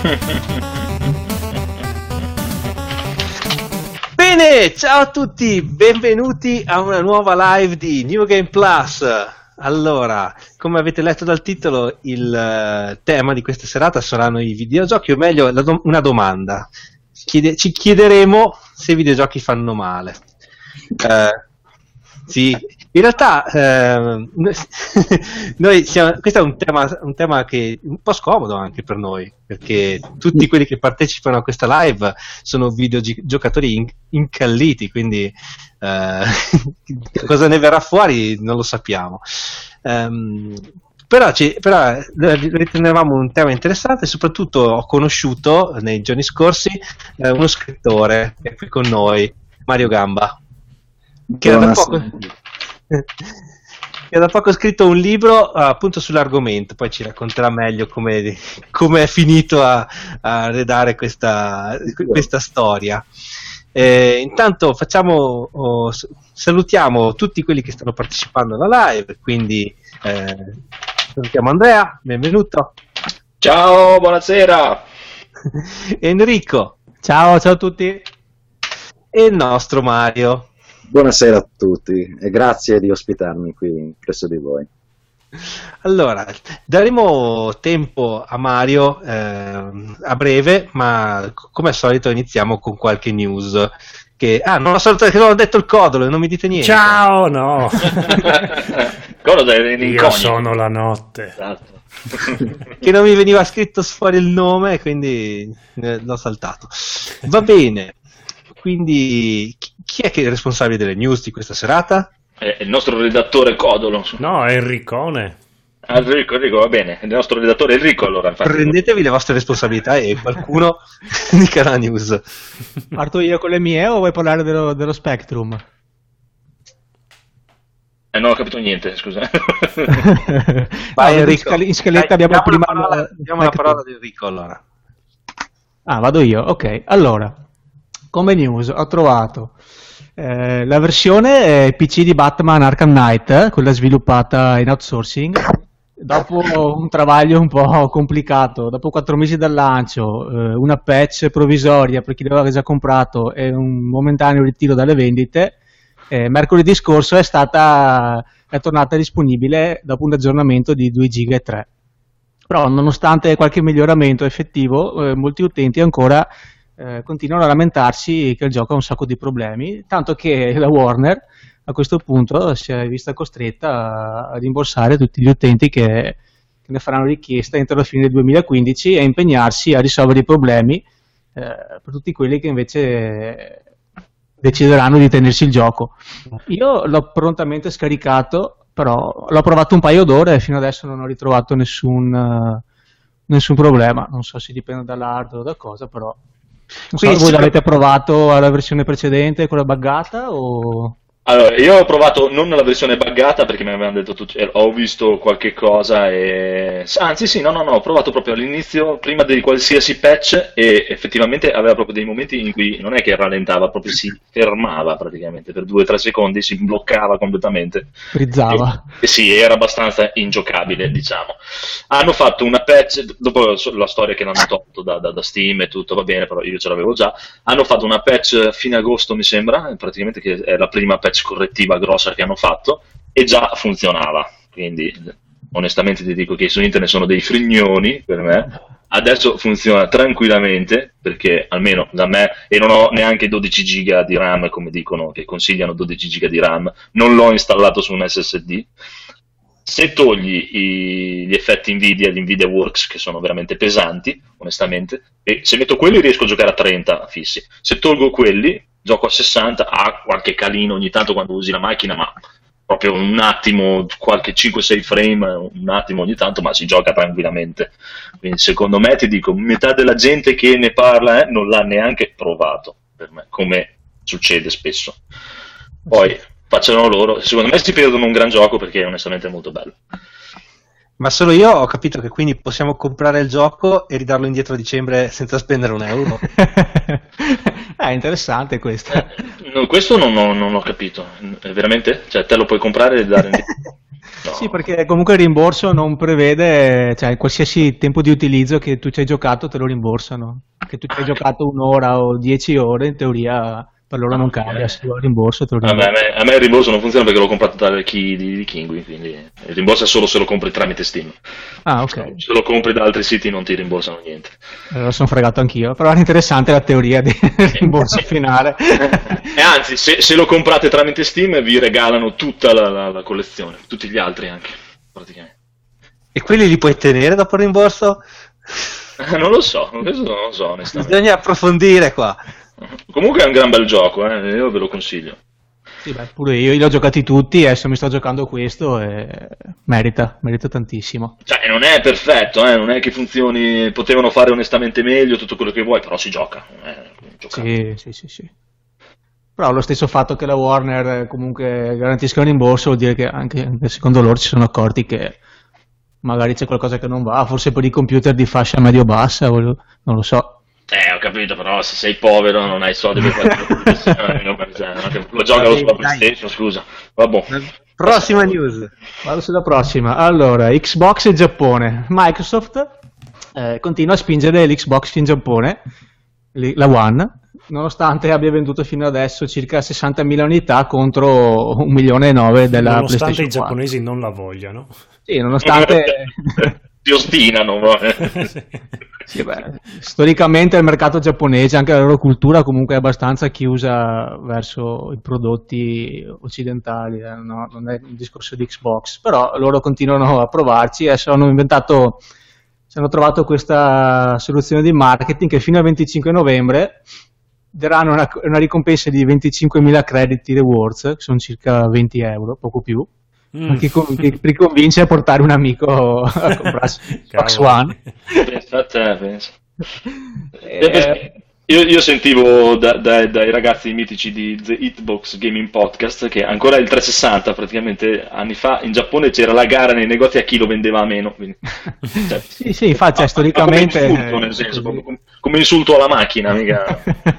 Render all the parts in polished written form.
Bene, ciao a tutti, benvenuti a una nuova live di New Game Plus. Allora, come avete letto dal titolo, il tema di questa serata saranno i videogiochi, o meglio, una domanda. Ci chiederemo se i videogiochi fanno male. Sì, in realtà questo è un tema che è un po' scomodo anche per noi, perché tutti quelli che partecipano a questa live sono videogiocatori incalliti, quindi cosa ne verrà fuori non lo sappiamo. Però ritenevamo un tema interessante, e soprattutto ho conosciuto nei giorni scorsi uno scrittore che è qui con noi, Mario Gamba, che da poco ha scritto un libro appunto sull'argomento. Poi ci racconterà meglio come è finito a redare questa storia. Intanto salutiamo tutti quelli che stanno partecipando alla live, quindi salutiamo Andrea, benvenuto. Ciao, buonasera. Enrico. Ciao a tutti. E il nostro Mario. Buonasera a tutti e grazie di ospitarmi qui presso di voi. Allora, daremo tempo a Mario a breve, ma come al solito iniziamo con qualche news. Non ho detto il codolo, non mi dite niente. Ciao, no. Codolo è in Io sono la notte. Esatto. Che non mi veniva scritto fuori il nome, quindi l'ho saltato. Va bene. Quindi chi è che è responsabile delle news di questa serata? È il nostro redattore Codolo. No, è Enricone. Enrico, va bene, il nostro redattore Enrico, allora. Prendetevi le vostre responsabilità e qualcuno dica la news. Parto io con le mie o vuoi parlare dello Spectrum? Non ho capito niente, scusa. Vai, Enrico. In scaletta abbiamo prima la parola di Enrico, allora. Vado io, ok. Allora, come news ho trovato la versione PC di Batman Arkham Knight, quella sviluppata in outsourcing, dopo un travaglio un po' complicato, dopo 4 mesi dal lancio, una patch provvisoria per chi l'aveva già comprato e un momentaneo ritiro dalle vendite, mercoledì scorso è tornata disponibile dopo un aggiornamento di 2 giga e 3. Però nonostante qualche miglioramento effettivo, molti utenti ancora continuano a lamentarsi che il gioco ha un sacco di problemi, tanto che la Warner a questo punto si è vista costretta a rimborsare tutti gli utenti che ne faranno richiesta entro la fine del 2015 e impegnarsi a risolvere i problemi per tutti quelli che invece decideranno di tenersi il gioco. Io l'ho prontamente scaricato, però l'ho provato un paio d'ore e fino adesso non ho ritrovato nessun problema. Non so se dipende dall'hardware o da cosa, però non so, voi l'avete provato alla versione precedente, quella buggata o... Allora, io ho provato non la versione buggata perché mi avevano detto tutti, ho visto qualche cosa e... Anzi sì, no, ho provato proprio all'inizio, prima di qualsiasi patch, e effettivamente aveva proprio dei momenti in cui non è che rallentava, proprio si fermava praticamente per 2-3 secondi, si bloccava completamente. Frizzava. E sì, era abbastanza ingiocabile, diciamo. Hanno fatto una patch, dopo la storia che l'hanno tolto da Steam e tutto, va bene, però io ce l'avevo già, hanno fatto una patch fine agosto mi sembra, praticamente che è la prima patch correttiva grossa che hanno fatto e già funzionava, quindi onestamente ti dico che su internet sono dei frignoni per me. Adesso funziona tranquillamente perché almeno da me, e non ho neanche 12 giga di RAM come dicono che consigliano 12 giga di RAM, non l'ho installato su un SSD. Se togli gli effetti Nvidia, gli Nvidia Works che sono veramente pesanti onestamente, e se metto quelli riesco a giocare a 30 fissi, se tolgo quelli gioco a 60, qualche calino ogni tanto quando usi la macchina, ma proprio un attimo, qualche 5-6 frame, un attimo ogni tanto, ma si gioca tranquillamente. Quindi secondo me, ti dico, metà della gente che ne parla non l'ha neanche provato, per me, come succede spesso. Poi facciano loro, secondo me si perdono un gran gioco perché onestamente è molto bello. Ma solo io ho capito che quindi possiamo comprare il gioco e ridarlo indietro a dicembre senza spendere un euro. È interessante questo. No, questo non ho capito. Veramente? Cioè te lo puoi comprare e dare indietro? No. Sì, perché comunque il rimborso non prevede, cioè qualsiasi tempo di utilizzo che tu ci hai giocato te lo rimborsano. Che tu ci hai giocato un'ora o 10 ore, in teoria per loro non cambia, se vuoi il rimborso te lo rimborsano. A me il rimborso non funziona perché l'ho comprato dal key di Kingwin, quindi il rimborso è solo se lo compri tramite Steam. Ah, ok. Se lo compri da altri siti non ti rimborsano niente. Lo sono fregato anch'io, però era interessante la teoria di rimborso finale. E anzi, se lo comprate tramite Steam vi regalano tutta la collezione, tutti gli altri anche, praticamente. E quelli li puoi tenere dopo il rimborso? Non lo so, onestamente. Bisogna approfondire qua. Comunque è un gran bel gioco, io ve lo consiglio. Sì, beh, pure io li ho giocati tutti e adesso mi sto giocando questo e merita tantissimo. Cioè, non è perfetto, non è che funzioni, potevano fare onestamente meglio tutto quello che vuoi, però si gioca. Sì. Però lo stesso fatto che la Warner comunque garantisca un rimborso vuol dire che anche secondo loro si sono accorti che magari c'è qualcosa che non va, forse per i computer di fascia medio-bassa, non lo so. Ho capito, però se sei povero non hai soldi per fare la professione, lo giocano sulla PlayStation, scusa. Vabbè. Prossima news. Vado sulla prossima. Allora, Xbox e Giappone. Microsoft continua a spingere l'Xbox in Giappone, la One, nonostante abbia venduto fino adesso circa 60.000 unità contro 1,9 milioni della nonostante PlayStation i giapponesi non la vogliano. Sì, nonostante si ostinano. Sì, beh, storicamente il mercato giapponese, anche la loro cultura comunque è abbastanza chiusa verso i prodotti occidentali, no? Non è un discorso di Xbox, però loro continuano a provarci e si hanno trovato questa soluzione di marketing che fino al 25 novembre daranno una ricompensa di 25.000 crediti rewards, che sono circa 20 euro, poco più, che riconvince a portare un amico a comprarsi Xbox One. Pensa a te, pensa. Io sentivo dai ragazzi mitici di The Hitbox Gaming Podcast che ancora il 360 praticamente anni fa in Giappone c'era la gara nei negozi a chi lo vendeva a meno, quindi, cioè, sì, infatti storicamente come insulto, nel senso, come insulto alla macchina, mica.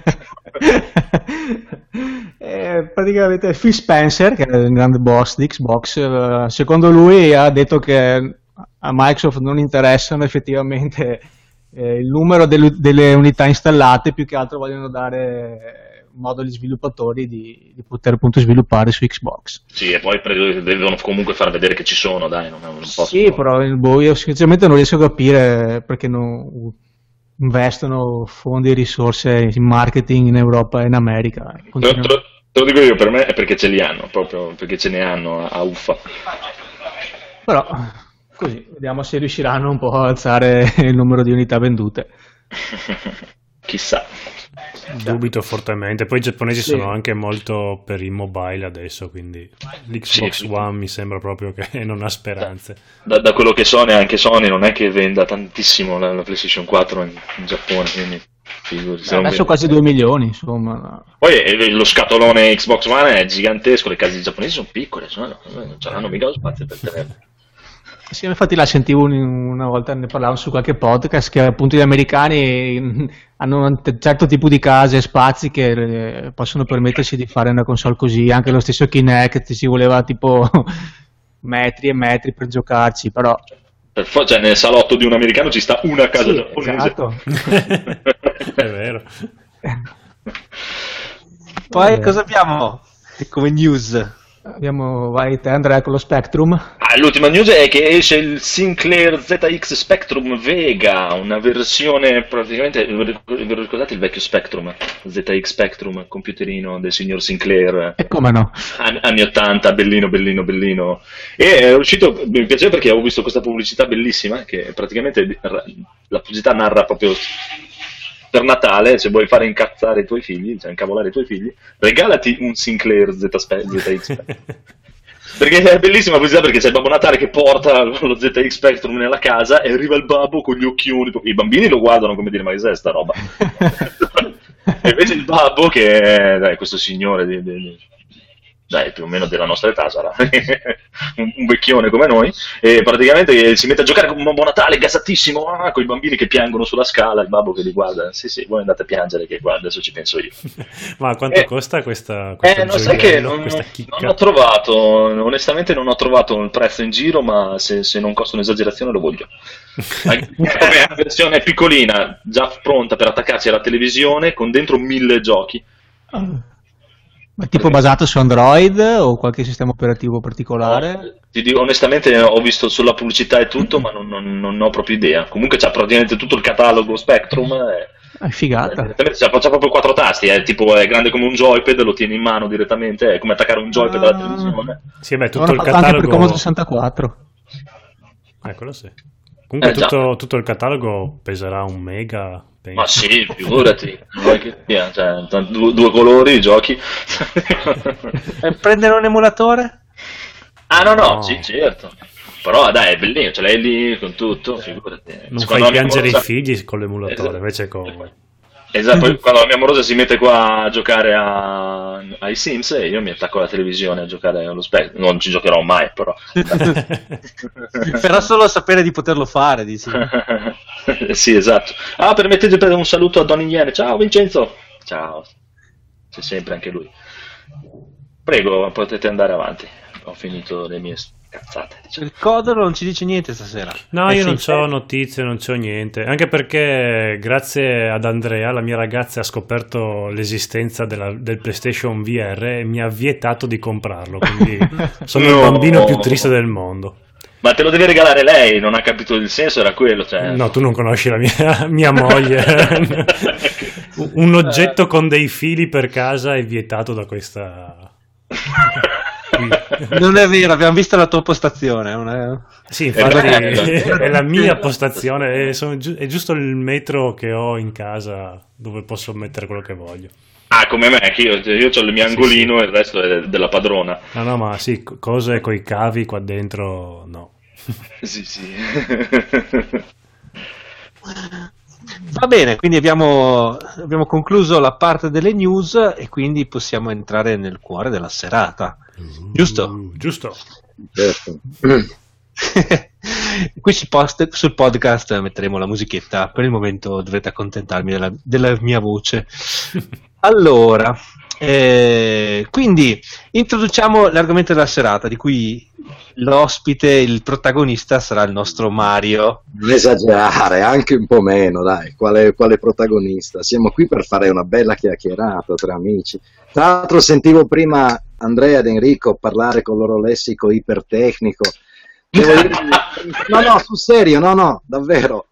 Praticamente Phil Spencer, che è il grande boss di Xbox, secondo lui ha detto che a Microsoft non interessano effettivamente il numero delle unità installate, più che altro vogliono dare modo agli sviluppatori di poter appunto sviluppare su Xbox. Sì, e poi devono comunque far vedere che ci sono, dai, non posso. Sì, però io sinceramente non riesco a capire perché non investono fondi e risorse in marketing in Europa e in America. Te lo dico io, per me è perché ce li hanno, proprio perché ce ne hanno a uffa. Però così, vediamo se riusciranno un po' a alzare il numero di unità vendute. Chissà. Dubito fortemente. Poi i giapponesi sono anche molto per il mobile adesso, quindi l'Xbox One mi sembra proprio che non ha speranze. Da quello che so, neanche Sony non è che venda tantissimo la PlayStation 4 in Giappone, quindi adesso quasi 2 milioni, insomma. Poi lo scatolone Xbox One è gigantesco, le case giapponesi sono piccole, non c'hanno mica lo spazio per tenerlo. Sì, infatti la sentivo una volta, ne parlavano su qualche podcast, che appunto gli americani hanno un certo tipo di case e spazi che possono permettersi di fare una console così, anche lo stesso Kinect ci voleva tipo metri e metri per giocarci, però cioè nel salotto di un americano ci sta una casa giapponese. Esatto. È vero. Poi cosa abbiamo come news? Vai te Andrea con lo Spectrum. L'ultima news è che esce il Sinclair ZX Spectrum Vega, una versione praticamente, vi ricordate il vecchio Spectrum, ZX Spectrum, computerino del signor Sinclair? E come no? Anni 80, bellino. E è uscito, mi piaceva perché avevo visto questa pubblicità bellissima, che praticamente la pubblicità narra proprio per Natale, se vuoi fare incazzare i tuoi figli, cioè incavolare i tuoi figli, regalati un Sinclair ZX. Perché è bellissima così, perché c'è il Babbo Natale che porta lo ZX Spectrum nella casa e arriva il babbo con gli occhioni, i bambini lo guardano come dire ma che è sta roba? E invece il babbo che è questo signore dai, più o meno della nostra età sarà, un vecchione come noi, e praticamente si mette a giocare con un Babbo Natale gasatissimo, con i bambini che piangono sulla scala, il babbo che li guarda, sì, voi andate a piangere che qua, adesso ci penso io. Ma quanto costa questo non sai che questa non chicca? ho trovato, onestamente non ho trovato il prezzo in giro, ma se non costa un'esagerazione lo voglio. Come una versione piccolina, già pronta per attaccarsi alla televisione, con dentro 1000 giochi. Ma tipo basato su Android o qualche sistema operativo particolare? No, ti dico, onestamente ho visto sulla pubblicità e tutto, ma non ho proprio idea. Comunque c'ha praticamente tutto il catalogo Spectrum. È figata. C'ha proprio 4 tasti, tipo è grande come un joypad, lo tieni in mano direttamente, è come attaccare un joypad alla televisione. Sì, beh, tutto L'hanno il fatto anche per catalogo. Commodore 64. Quello sì. Comunque già. tutto il catalogo peserà 1 mega, penso. Ma sì, figurati, vuoi che sia, cioè, due colori, i giochi. Prendere un emulatore? No, sì, certo. Però dai, è bellino, ce l'hai lì con tutto, figurati. Non Quando fai la mia piangere i amorosa- figli con l'emulatore, Esatto. invece con... Esatto, poi quando la mia amorosa si mette qua a giocare ai Sims, e io mi attacco alla televisione a giocare allo Spectrum. Non ci giocherò mai, però. Però solo sapere di poterlo fare, dici. Sì, esatto. Permettete un saluto a Don Iene. Ciao Vincenzo. Ciao. C'è sempre anche lui. Prego, potete andare avanti. Ho finito le mie cazzate. Diciamo. Il Codolo non ci dice niente stasera. No, io non sì. ho notizie, non c'ho niente. Anche perché, grazie ad Andrea, la mia ragazza ha scoperto l'esistenza del PlayStation VR e mi ha vietato di comprarlo. Quindi sono il bambino più triste del mondo. Ma te lo deve regalare lei, non ha capito il senso, era quello. Cioè... No, tu non conosci la mia moglie. Un oggetto con dei fili per casa è vietato da questa... Non è vero, abbiamo visto la tua postazione. Sì, infatti è la mia postazione, è giusto il metro che ho in casa dove posso mettere quello che voglio. Come me, che io ho il mio angolino, sì. E il resto è della padrona. No, ma sì, cose coi cavi qua dentro, no. Sì. Va bene, quindi abbiamo concluso la parte delle news e quindi possiamo entrare nel cuore della serata. Giusto? Giusto. Certo. Qui sul podcast metteremo la musichetta, per il momento dovrete accontentarmi della mia voce. Allora, quindi introduciamo l'argomento della serata, di cui l'ospite, il protagonista sarà il nostro Mario. Non esagerare, anche un po' meno, dai, quale protagonista? Siamo qui per fare una bella chiacchierata tra amici. Tra l'altro sentivo prima Andrea ed Enrico parlare con il loro lessico ipertecnico. Devo dire, no, sul serio, no, davvero.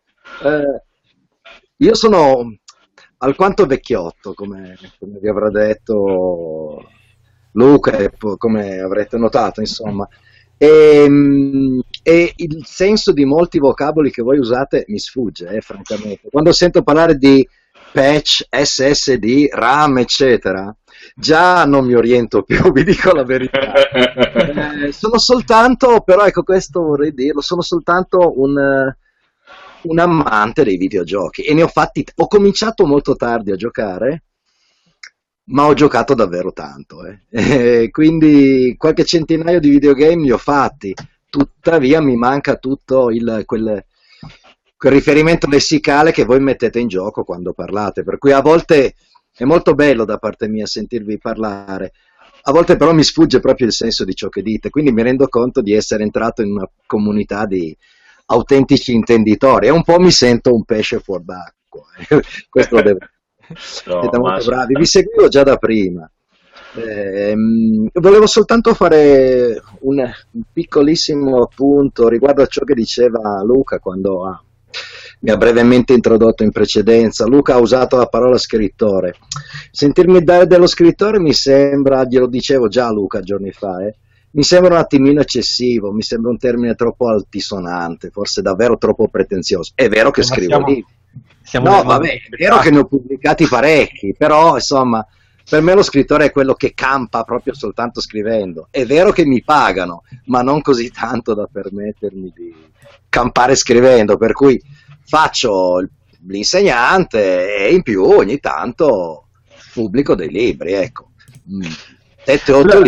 Io sono alquanto vecchiotto, come vi avrà detto Luca e come avrete notato, insomma. E il senso di molti vocaboli che voi usate mi sfugge, francamente. Quando sento parlare di patch, SSD, RAM, eccetera, già non mi oriento più, vi dico la verità. Sono soltanto, però ecco, questo vorrei dirlo, sono soltanto un amante dei videogiochi e ne ho cominciato molto tardi a giocare, ma ho giocato davvero tanto, quindi qualche centinaio di videogame li ho fatti, tuttavia mi manca tutto quel riferimento lessicale che voi mettete in gioco quando parlate, per cui a volte è molto bello da parte mia sentirvi parlare, a volte però mi sfugge proprio il senso di ciò che dite, quindi mi rendo conto di essere entrato in una comunità di autentici intenditori e un po' mi sento un pesce fuor d'acqua. Questo lo devo. Siete molto bravi, vi seguivo già da prima. Volevo soltanto fare un piccolissimo appunto riguardo a ciò che diceva Luca quando mi ha brevemente introdotto in precedenza. Luca ha usato la parola scrittore. Sentirmi dare dello scrittore mi sembra, glielo dicevo già a Luca giorni fa, mi sembra un attimino eccessivo, mi sembra un termine troppo altisonante, forse davvero troppo pretenzioso. È vero che scrivo libri. No, vabbè, è vero che ne ho pubblicati parecchi, però insomma, per me lo scrittore è quello che campa proprio soltanto scrivendo. È vero che mi pagano, ma non così tanto da permettermi di campare scrivendo, per cui faccio l'insegnante e in più ogni tanto pubblico dei libri, ecco. 7-8 libri,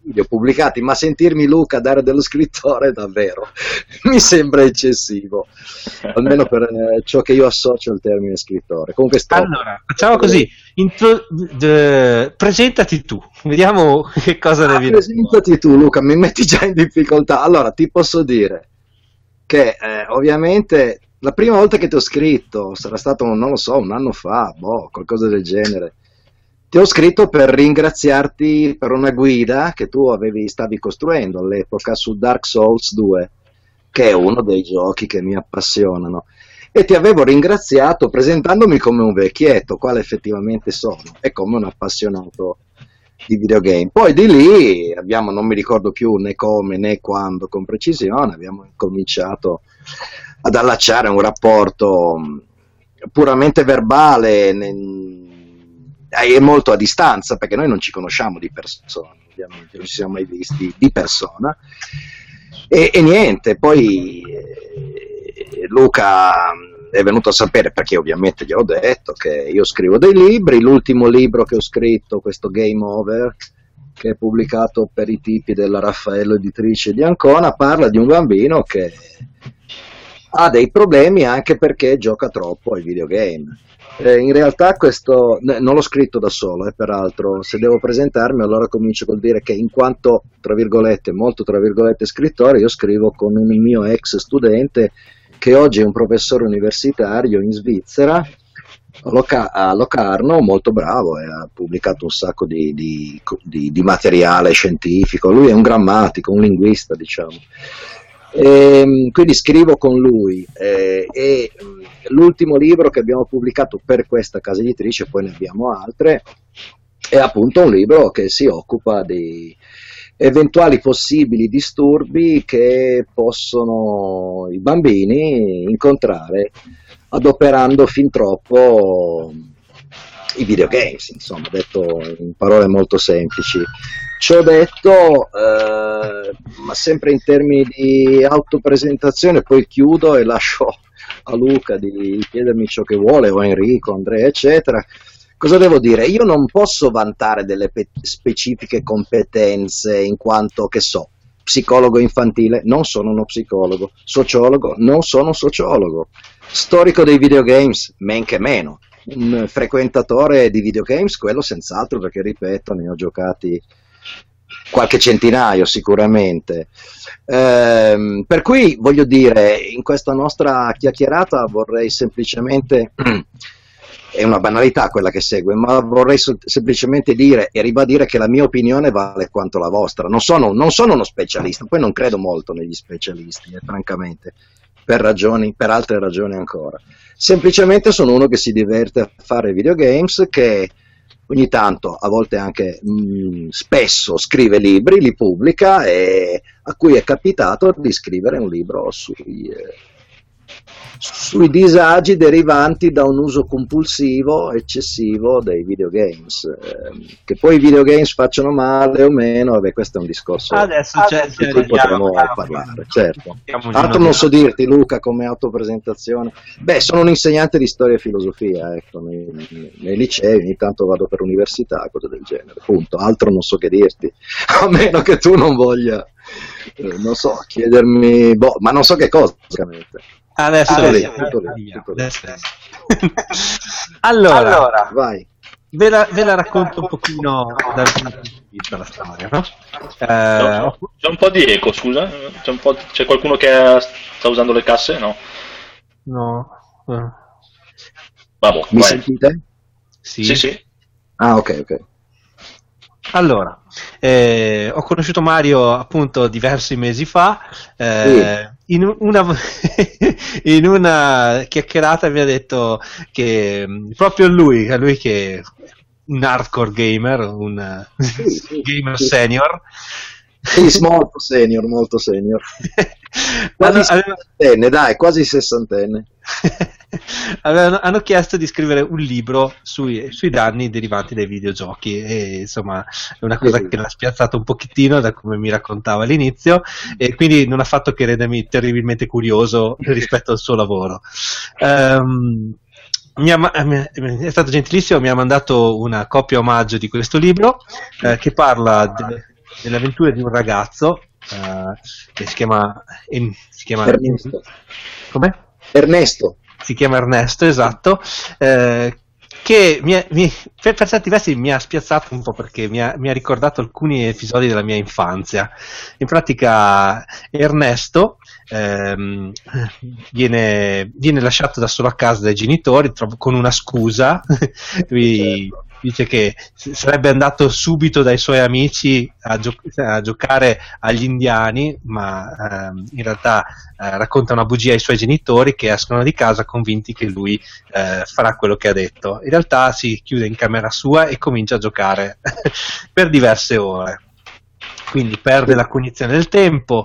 video pubblicati, ma sentirmi Luca dare dello scrittore davvero mi sembra eccessivo, almeno per ciò che io associo al termine scrittore. Comunque allora, facciamo così, presentati tu, vediamo che cosa devi dire. Presentati tu, Luca, mi metti già in difficoltà. Allora, ti posso dire che ovviamente la prima volta che ti ho scritto sarà stato, non lo so, un anno fa, qualcosa del genere. Ti ho scritto per ringraziarti per una guida che tu stavi costruendo all'epoca su Dark Souls 2, che è uno dei giochi che mi appassionano. E ti avevo ringraziato presentandomi come un vecchietto, quale effettivamente sono, e come un appassionato di videogame. Poi di lì non mi ricordo più né come né quando con precisione, abbiamo cominciato ad allacciare un rapporto puramente verbale e molto a distanza, perché noi non ci conosciamo di persona, ovviamente non ci siamo mai visti di persona, e niente, poi Luca è venuto a sapere, perché ovviamente gliel'ho detto, che io scrivo dei libri. L'ultimo libro che ho scritto, questo Game Over, che è pubblicato per i tipi della Raffaello Editrice di Ancona, parla di un bambino che ha dei problemi anche perché gioca troppo ai videogame. In realtà questo non l'ho scritto da solo, peraltro se devo presentarmi allora comincio col dire che in quanto, tra virgolette, molto tra virgolette scrittore, io scrivo con un mio ex studente che oggi è un professore universitario in Svizzera, a Locarno, molto bravo, e ha pubblicato un sacco di materiale scientifico. Lui è un grammatico, un linguista, diciamo. Quindi scrivo con lui, e l'ultimo libro che abbiamo pubblicato per questa casa editrice, poi ne abbiamo altre, è appunto un libro che si occupa di eventuali possibili disturbi che possono i bambini incontrare adoperando fin troppo i videogames, insomma, detto in parole molto semplici. Ciò detto, ma sempre in termini di autopresentazione, poi chiudo e lascio a Luca di chiedermi ciò che vuole, o a Enrico, Andrea, eccetera. Cosa devo dire? Io non posso vantare delle specifiche competenze in quanto, che so, psicologo infantile, non sono uno psicologo, sociologo, non sono un sociologo, storico dei videogames, men che meno, un frequentatore di videogames, quello senz'altro, perché ripeto, ne ho giocati qualche centinaio sicuramente. Per cui voglio dire, in questa nostra chiacchierata vorrei semplicemente, è una banalità quella che segue, ma vorrei semplicemente dire e ribadire che la mia opinione vale quanto la vostra. Non sono uno specialista, poi non credo molto negli specialisti, francamente, per altre ragioni ancora. Semplicemente sono uno che si diverte a fare videogames, che ogni tanto, a volte anche spesso, scrive libri, li pubblica, e a cui è capitato di scrivere un libro sui disagi derivanti da un uso compulsivo eccessivo dei videogames. Che poi i videogames facciano male o meno, questo è un discorso di cui potremo parlare, certo. Altro non so dirti, Luca, come autopresentazione. Sono un insegnante di storia e filosofia, ecco, nei licei, ogni tanto vado per università, cose del genere, punto. Altro non so che dirti, a meno che tu non voglia, non so, chiedermi, ma non so che cosa, veramente. Adesso allora, vai. Ve la racconto un pochino dal punto di vista della storia, no? C'è un po' di eco, scusa? C'è qualcuno che sta usando le casse? No. Vabbè, mi sentite? Sì. Ah, ok. Allora, ho conosciuto Mario appunto diversi mesi fa, in una chiacchierata mi ha detto che proprio lui che è un hardcore gamer, un gamer senior. Sì, molto senior. Quasi sessantenne, dai, quasi sessantenne. Hanno chiesto di scrivere un libro sui danni derivanti dai videogiochi, e insomma è una cosa che l'ha spiazzato un pochettino da come mi raccontava all'inizio, e quindi non ha fatto che rendermi terribilmente curioso rispetto al suo lavoro. È stato gentilissimo, mi ha mandato una copia omaggio di questo libro, che parla delle avventure di un ragazzo che si chiama Ernesto. Com'è? Ernesto. Si chiama Ernesto, esatto, che per certi versi mi ha spiazzato un po' perché mi ha ricordato alcuni episodi della mia infanzia. In pratica Ernesto viene lasciato da solo a casa dai genitori con una scusa. Lui dice che sarebbe andato subito dai suoi amici a giocare agli indiani, ma in realtà racconta una bugia ai suoi genitori, che escono di casa convinti che lui farà quello che ha detto. In realtà si chiude in camera sua e comincia a giocare per diverse ore. Quindi perde la cognizione del tempo,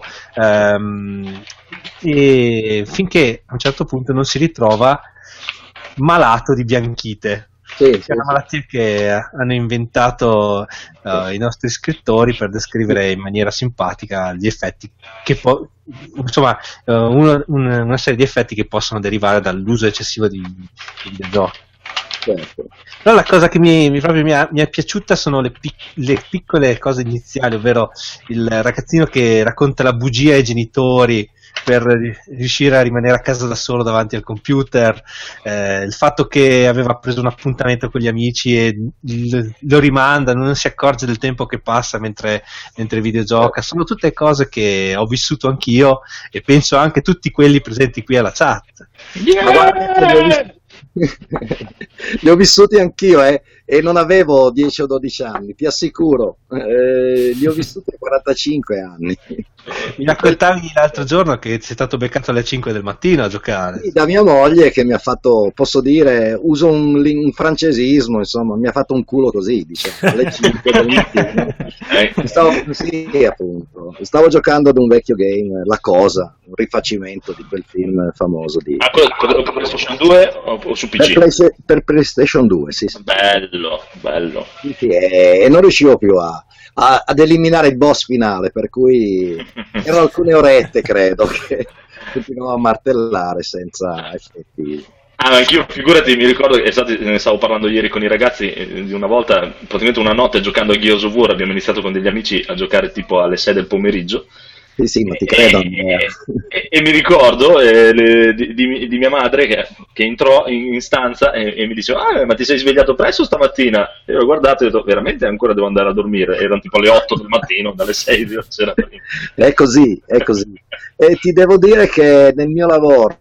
e finché a un certo punto non si ritrova malato di bianchite. È una malattia che hanno inventato i nostri scrittori per descrivere in maniera simpatica gli effetti che insomma una serie di effetti che possono derivare dall'uso eccessivo di videogiochi. Certo. Però la cosa che mi è piaciuta sono le piccole cose iniziali, ovvero il ragazzino che racconta la bugia ai genitori per riuscire a rimanere a casa da solo davanti al computer, il fatto che aveva preso un appuntamento con gli amici e lo rimanda, non si accorge del tempo che passa mentre videogioca. Sono tutte cose che ho vissuto anch'io e penso anche tutti quelli presenti qui alla chat. Ma guarda, li ho vissuti anch'io, e non avevo 10 o 12 anni, ti assicuro, li ho vissuti a 45 anni. Mi raccontavi l'altro giorno che sei stato beccato alle 5 del mattino a giocare. Sì, da mia moglie, che mi ha fatto, posso dire, uso un francesismo, insomma, mi ha fatto un culo così, diciamo, alle 5 del mattino. Stavo giocando ad un vecchio game, La Cosa, un rifacimento di quel film famoso di... Per PlayStation 2 o su PC? Per PlayStation 2, sì. Bello. Sì, e non riuscivo più ad eliminare il boss finale, per cui erano alcune orette, credo, che continuavo a martellare senza effetti. Anch'io, figurati, mi ricordo che ne stavo parlando ieri con i ragazzi di una volta, praticamente una notte giocando a Gears of War, abbiamo iniziato con degli amici a giocare tipo alle 6 del pomeriggio. Sì, ma ti credo. E mi ricordo di mia madre che entrò in stanza e mi diceva: ma ti sei svegliato presto stamattina? E io ho guardato e ho detto: veramente ancora devo andare a dormire? Erano tipo le 8 del mattino, dalle 6 della sera prima. È così. E ti devo dire che nel mio lavoro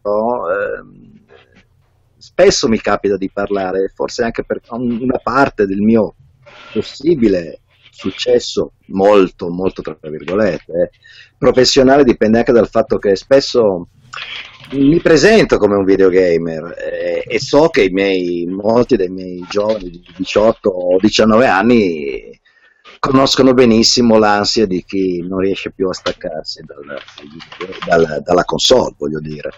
spesso mi capita di parlare, forse anche per una parte del mio possibile successo, molto tra virgolette, professionale, dipende anche dal fatto che spesso mi presento come un videogamer, e so che molti dei miei giovani di 18 o 19 anni conoscono benissimo l'ansia di chi non riesce più a staccarsi dalla console, voglio dire.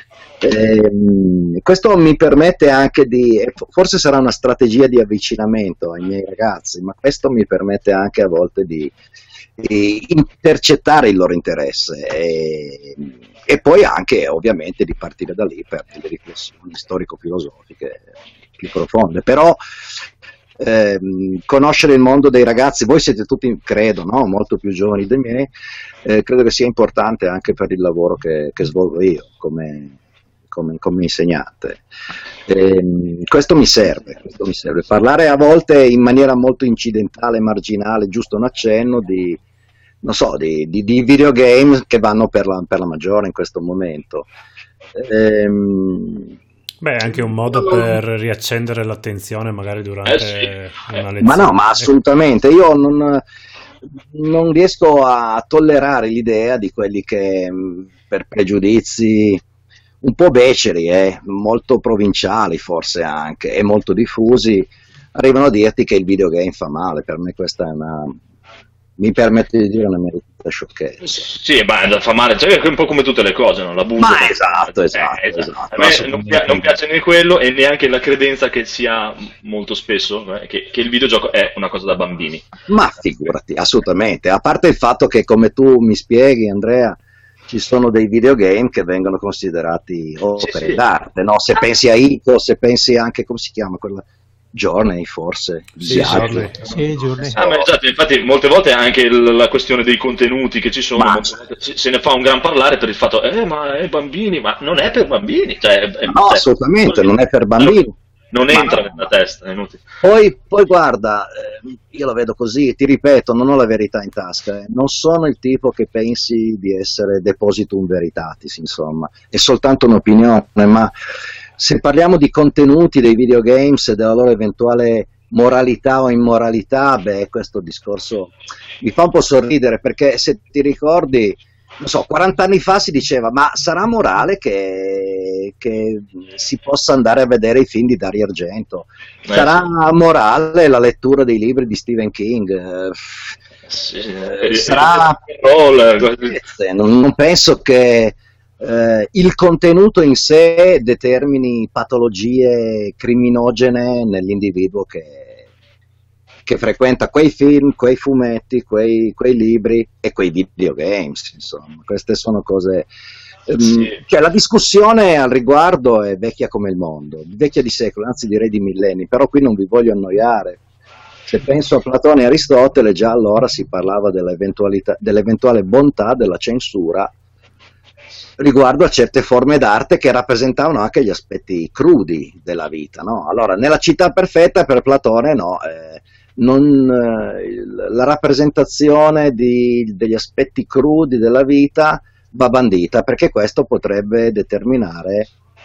Questo mi permette anche forse sarà una strategia di avvicinamento ai miei ragazzi, ma questo mi permette anche a volte di intercettare il loro interesse, e poi anche ovviamente di partire da lì per delle riflessioni storico-filosofiche più profonde. Però conoscere il mondo dei ragazzi, voi siete tutti, credo, no? Molto più giovani dei miei, credo che sia importante anche per il lavoro che svolgo io come insegnante. Questo mi serve parlare a volte in maniera molto incidentale, marginale, giusto un accenno di videogame che vanno per la maggiore in questo momento. Beh, è anche un modo per riaccendere l'attenzione magari durante una lezione. Ma assolutamente, io non riesco a tollerare l'idea di quelli che per pregiudizi un po' beceri, molto provinciali forse anche, e molto diffusi, arrivano a dirti che il videogame fa male. Per me questa è mi permette di dire una merita sciocchezza. Sì, ma fa male, cioè è un po' come tutte le cose, no? L'abuso. Ma esatto. A me non piace né quello e neanche la credenza che sia molto spesso che il videogioco è una cosa da bambini. Ma figurati, assolutamente. A parte il fatto che, come tu mi spieghi, Andrea, ci sono dei videogame che vengono considerati opere d'arte, no? Se pensi a Ico, se pensi anche, come si chiama quella Journey forse, Sì, Journey. Sì, Journey. Ma esatto, infatti molte volte anche la questione dei contenuti che ci sono, molte volte se ne fa un gran parlare per il fatto ma è bambini, ma non è per bambini, no, assolutamente, non è per bambini. Non entra nella testa, è inutile. Poi guarda, io la vedo così, ti ripeto, non ho la verità in tasca, non sono il tipo che pensi di essere depositum veritatis, insomma, è soltanto un'opinione, ma se parliamo di contenuti dei videogames e della loro eventuale moralità o immoralità, questo discorso mi fa un po' sorridere, perché se ti ricordi, non so, 40 anni fa si diceva, ma sarà morale che si possa andare a vedere i film di Dario Argento? Sarà morale la lettura dei libri di Stephen King? Sarà... Non penso che il contenuto in sé determini patologie criminogene nell'individuo che frequenta quei film, quei fumetti, quei libri e quei videogames, insomma. Queste sono cose... Cioè, la discussione al riguardo è vecchia come il mondo, vecchia di secoli, anzi direi di millenni, però qui non vi voglio annoiare. Se penso a Platone e Aristotele, già allora si parlava dell'eventuale bontà della censura riguardo a certe forme d'arte che rappresentavano anche gli aspetti crudi della vita, no? Allora, nella città perfetta per Platone no, la rappresentazione degli aspetti crudi della vita va bandita, perché questo potrebbe determinare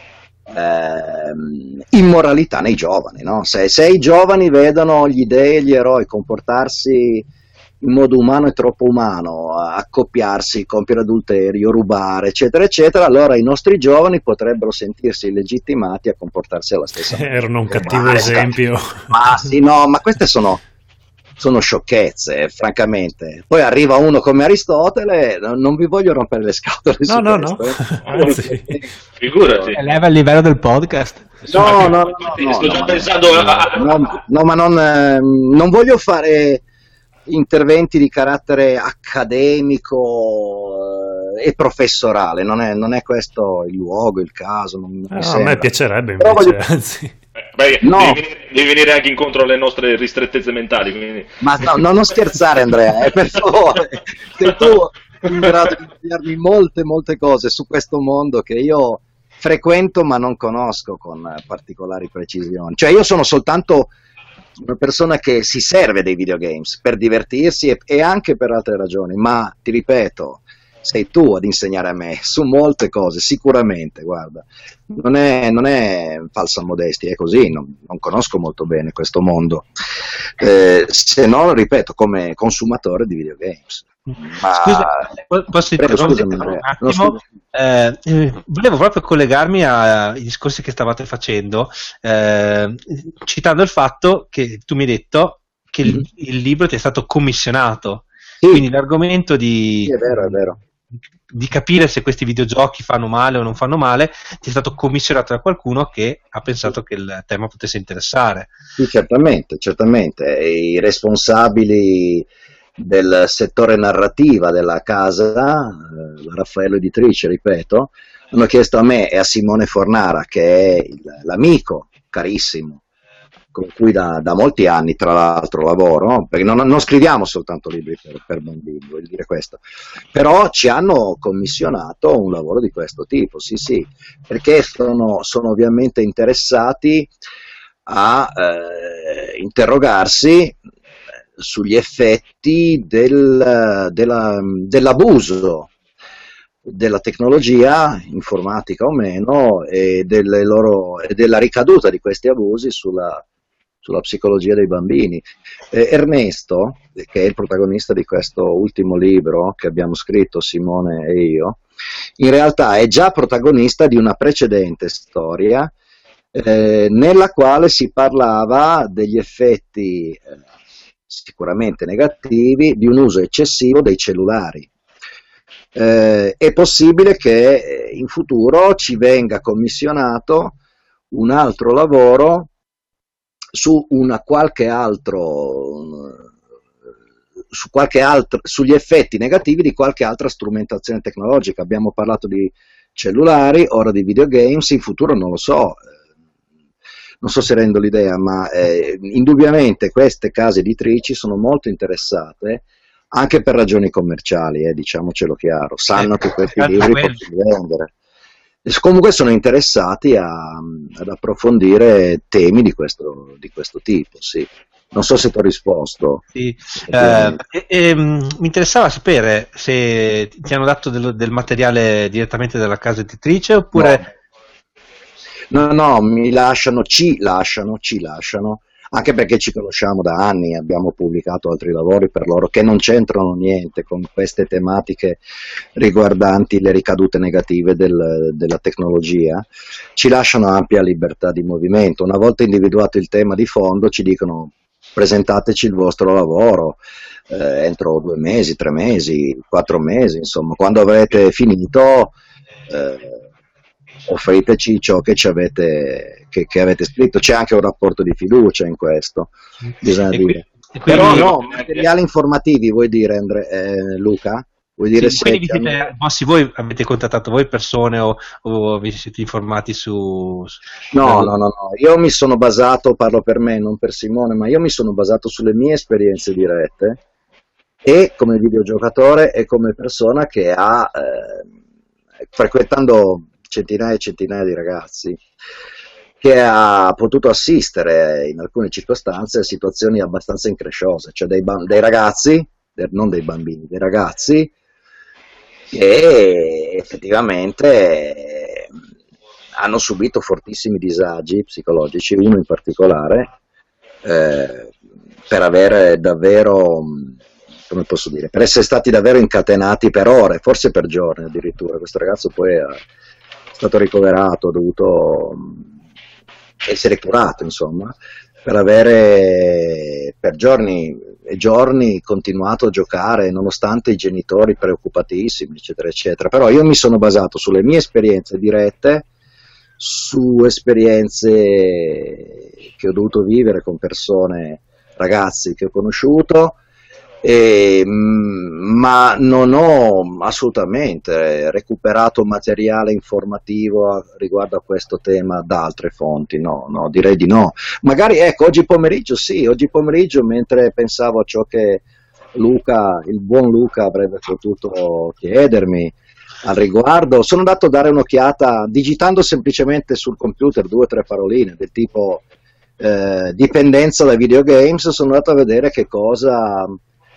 immoralità nei giovani, no? Se i giovani vedono gli dei e gli eroi comportarsi in modo umano e troppo umano, accoppiarsi, compiere adulterio, rubare, eccetera, eccetera, allora i nostri giovani potrebbero sentirsi illegittimati a comportarsi alla stessa maniera. Erano un cattivo esempio. Ma sì, no, ma queste sono sciocchezze, francamente. Poi arriva uno come Aristotele, non vi voglio rompere le scatole su questo. Anzi, figurati. Eleva il livello del podcast. No, sto già pensando ma non voglio fare interventi di carattere accademico e professorale, non è questo il luogo, il caso. A me piacerebbe invece, anzi. Devi venire anche incontro alle nostre ristrettezze mentali, quindi. Ma no, non scherzare, Andrea, per favore. Sei tu in grado di insegnarmi molte cose su questo mondo che io frequento ma non conosco con particolari precisioni. Cioè, io sono soltanto una persona che si serve dei videogames per divertirsi e anche per altre ragioni, ma ti ripeto, sei tu ad insegnare a me su molte cose, sicuramente, guarda, non è falsa modestia, è così, non conosco molto bene questo mondo, se no, ripeto, come consumatore di videogames. Ma... Scusa, posso interrompere un attimo? Volevo proprio collegarmi ai discorsi che stavate facendo, citando il fatto che tu mi hai detto che il libro ti è stato commissionato, quindi l'argomento di... Sì, è vero. Di capire se questi videogiochi fanno male o non fanno male ti è stato commissionato da qualcuno che ha pensato che il tema potesse interessare. Sì, certamente. I responsabili del settore narrativa della casa, la Raffaello Editrice, ripeto, hanno chiesto a me e a Simone Fornara, che è l'amico carissimo con cui da molti anni tra l'altro lavoro, perché non scriviamo soltanto libri per bambini, voglio dire questo, però ci hanno commissionato un lavoro di questo tipo, sì, perché sono ovviamente interessati a interrogarsi sugli effetti dell'abuso della tecnologia, informatica o meno, e della ricaduta di questi abusi sulla psicologia dei bambini. Ernesto, che è il protagonista di questo ultimo libro che abbiamo scritto Simone e io, in realtà è già protagonista di una precedente storia nella quale si parlava degli effetti sicuramente negativi di un uso eccessivo dei cellulari. È possibile che in futuro ci venga commissionato un altro lavoro sugli effetti negativi di qualche altra strumentazione tecnologica. Abbiamo parlato di cellulari, ora di videogames, in futuro non lo so. non so se rendo l'idea, ma indubbiamente queste case editrici sono molto interessate anche per ragioni commerciali, diciamocelo chiaro, sanno che questi libri possono vendere. Comunque sono interessati ad approfondire temi di questo tipo, sì. Non so se ti ho risposto. Sì. Mi interessava sapere se ti hanno dato del materiale direttamente dalla casa editrice oppure... No, ci lasciano, anche perché ci conosciamo da anni, abbiamo pubblicato altri lavori per loro che non c'entrano niente con queste tematiche riguardanti le ricadute negative della tecnologia, ci lasciano ampia libertà di movimento. Una volta individuato il tema di fondo ci dicono: presentateci il vostro lavoro entro 2 mesi, 3 mesi, 4 mesi, insomma, quando avrete finito offriteci ciò che avete scritto. C'è anche un rapporto di fiducia in questo, bisogna dire. Però no, materiali informativi vuoi dire, Luca? Vuoi dire sì, quindi voi avete contattato voi persone o vi siete informati su... No, io mi sono basato, parlo per me, non per Simone, ma io mi sono basato sulle mie esperienze dirette, e come videogiocatore e come persona che ha, frequentando centinaia e centinaia di ragazzi, che ha potuto assistere in alcune circostanze a situazioni abbastanza incresciose, cioè dei ragazzi, non dei bambini, dei ragazzi che effettivamente hanno subito fortissimi disagi psicologici, uno in particolare, per avere davvero, come posso dire, per essere stati davvero incatenati per ore, forse per giorni addirittura. Questo ragazzo poi è stato ricoverato, ha dovuto essere curato, insomma, per avere per giorni e giorni continuato a giocare nonostante i genitori preoccupatissimi, eccetera eccetera. Però io mi sono basato sulle mie esperienze dirette, su esperienze che ho dovuto vivere con persone, ragazzi che ho conosciuto, ma non ho assolutamente recuperato materiale informativo riguardo a questo tema da altre fonti, no, direi di no. Magari, ecco, oggi pomeriggio, mentre pensavo a ciò che il buon Luca avrebbe potuto chiedermi al riguardo, sono andato a dare un'occhiata, digitando semplicemente sul computer 2 o 3 paroline del tipo dipendenza da videogames. Sono andato a vedere che cosa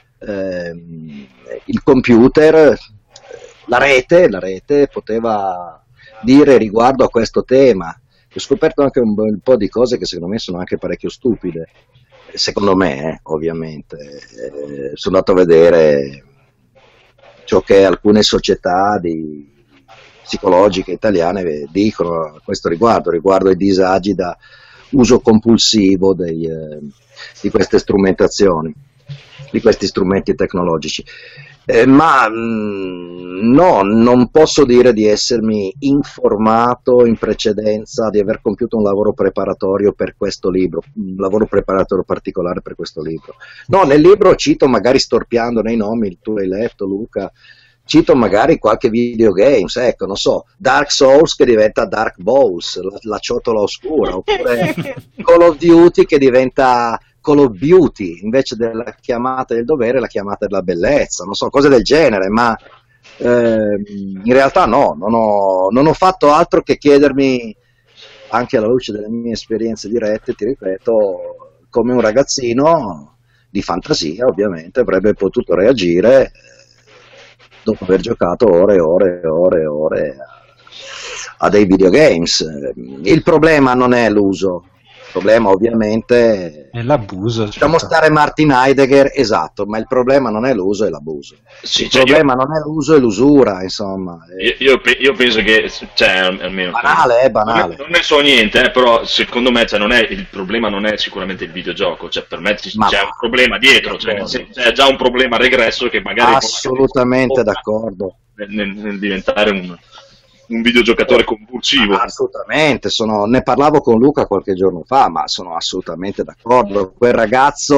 il computer, la rete poteva dire riguardo a questo tema. Ho scoperto anche un po' di cose che secondo me sono anche parecchio stupide, secondo me, ovviamente. Sono andato a vedere ciò che alcune società psicologiche italiane dicono a questo riguardo ai disagi da uso compulsivo di queste strumentazioni, di questi strumenti tecnologici. Ma no, non posso dire di essermi informato in precedenza, di aver compiuto un lavoro preparatorio per questo libro, un lavoro preparatorio particolare per questo libro. No, nel libro cito, magari storpiando nei nomi, tu l'hai letto Luca, cito magari qualche videogames, ecco, non so, Dark Souls che diventa Dark Bowls, la ciotola oscura, oppure Call of Duty che diventa Call of Beauty, invece della chiamata del dovere, la chiamata della bellezza, non so, cose del genere, ma in realtà no, non ho fatto altro che chiedermi, anche alla luce delle mie esperienze dirette, ti ripeto, come un ragazzino di fantasia ovviamente avrebbe potuto reagire dopo aver giocato ore e ore e ore e ore a dei videogames. Il problema non è l'uso, il problema ovviamente è l'abuso. Lasciamo stare Martin Heidegger, esatto, ma il problema non è l'uso, è l'abuso. Sì, il problema non è l'uso, è l'usura, insomma. Io penso che, almeno banale. Non ne so niente, però secondo me il problema non è sicuramente il videogioco, cioè per me c'è un problema dietro, c'è già un problema regresso che magari assolutamente d'accordo nel diventare un videogiocatore compulsivo. Assolutamente, ne parlavo con Luca qualche giorno fa, ma sono assolutamente d'accordo. Quel ragazzo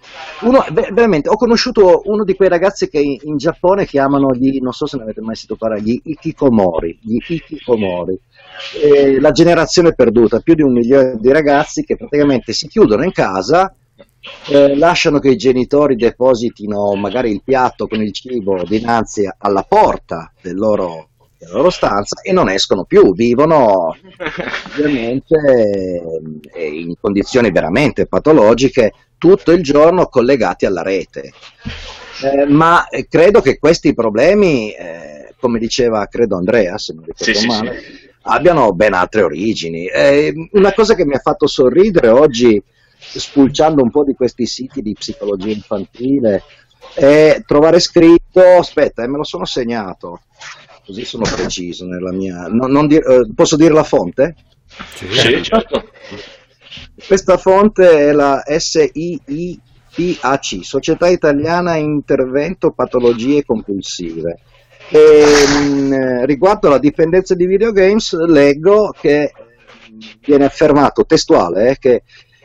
Veramente, ho conosciuto uno di quei ragazzi che in Giappone chiamano non so se ne avete mai sentito parlare, gli Ikikomori, la generazione perduta, più di 1 milione di ragazzi che praticamente si chiudono in casa, lasciano che i genitori depositino magari il piatto con il cibo dinanzi alla porta della loro stanza e non escono più, vivono ovviamente in condizioni veramente patologiche tutto il giorno collegati alla rete. Ma credo che questi problemi, come diceva credo Andrea, se non ricordo male, abbiano ben altre origini. Una cosa che mi ha fatto sorridere oggi, spulciando un po' di questi siti di psicologia infantile, è trovare scritto, aspetta, me lo sono segnato, così sono preciso nella mia... posso dire la fonte? Sì, certo. Questa fonte è la SIIPAC, Società Italiana Intervento Patologie Compulsive. Riguardo alla dipendenza di videogames, leggo che viene affermato testuale che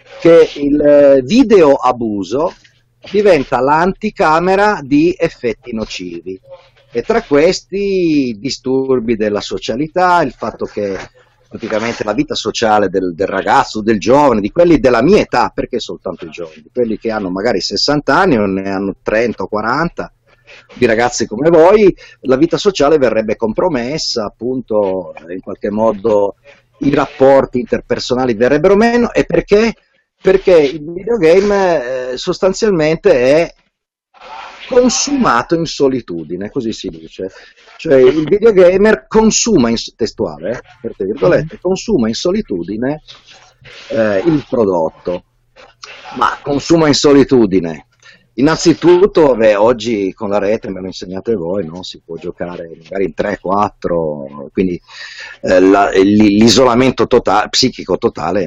il video abuso diventa l'anticamera di effetti nocivi, e tra questi disturbi della socialità, il fatto che praticamente la vita sociale del ragazzo, del giovane, di quelli della mia età, perché soltanto i giovani, di quelli che hanno magari 60 anni o ne hanno 30 o 40, di ragazzi come voi, la vita sociale verrebbe compromessa, appunto, in qualche modo i rapporti interpersonali verrebbero meno. E perché? Perché il videogame sostanzialmente è consumato in solitudine, così si dice. Cioè il videogamer consuma testuale, per virgolette, consuma in solitudine il prodotto. Ma consuma in solitudine. Innanzitutto, oggi con la rete, me lo insegnate voi, no? Si può giocare magari in 3-4, quindi l'isolamento psichico totale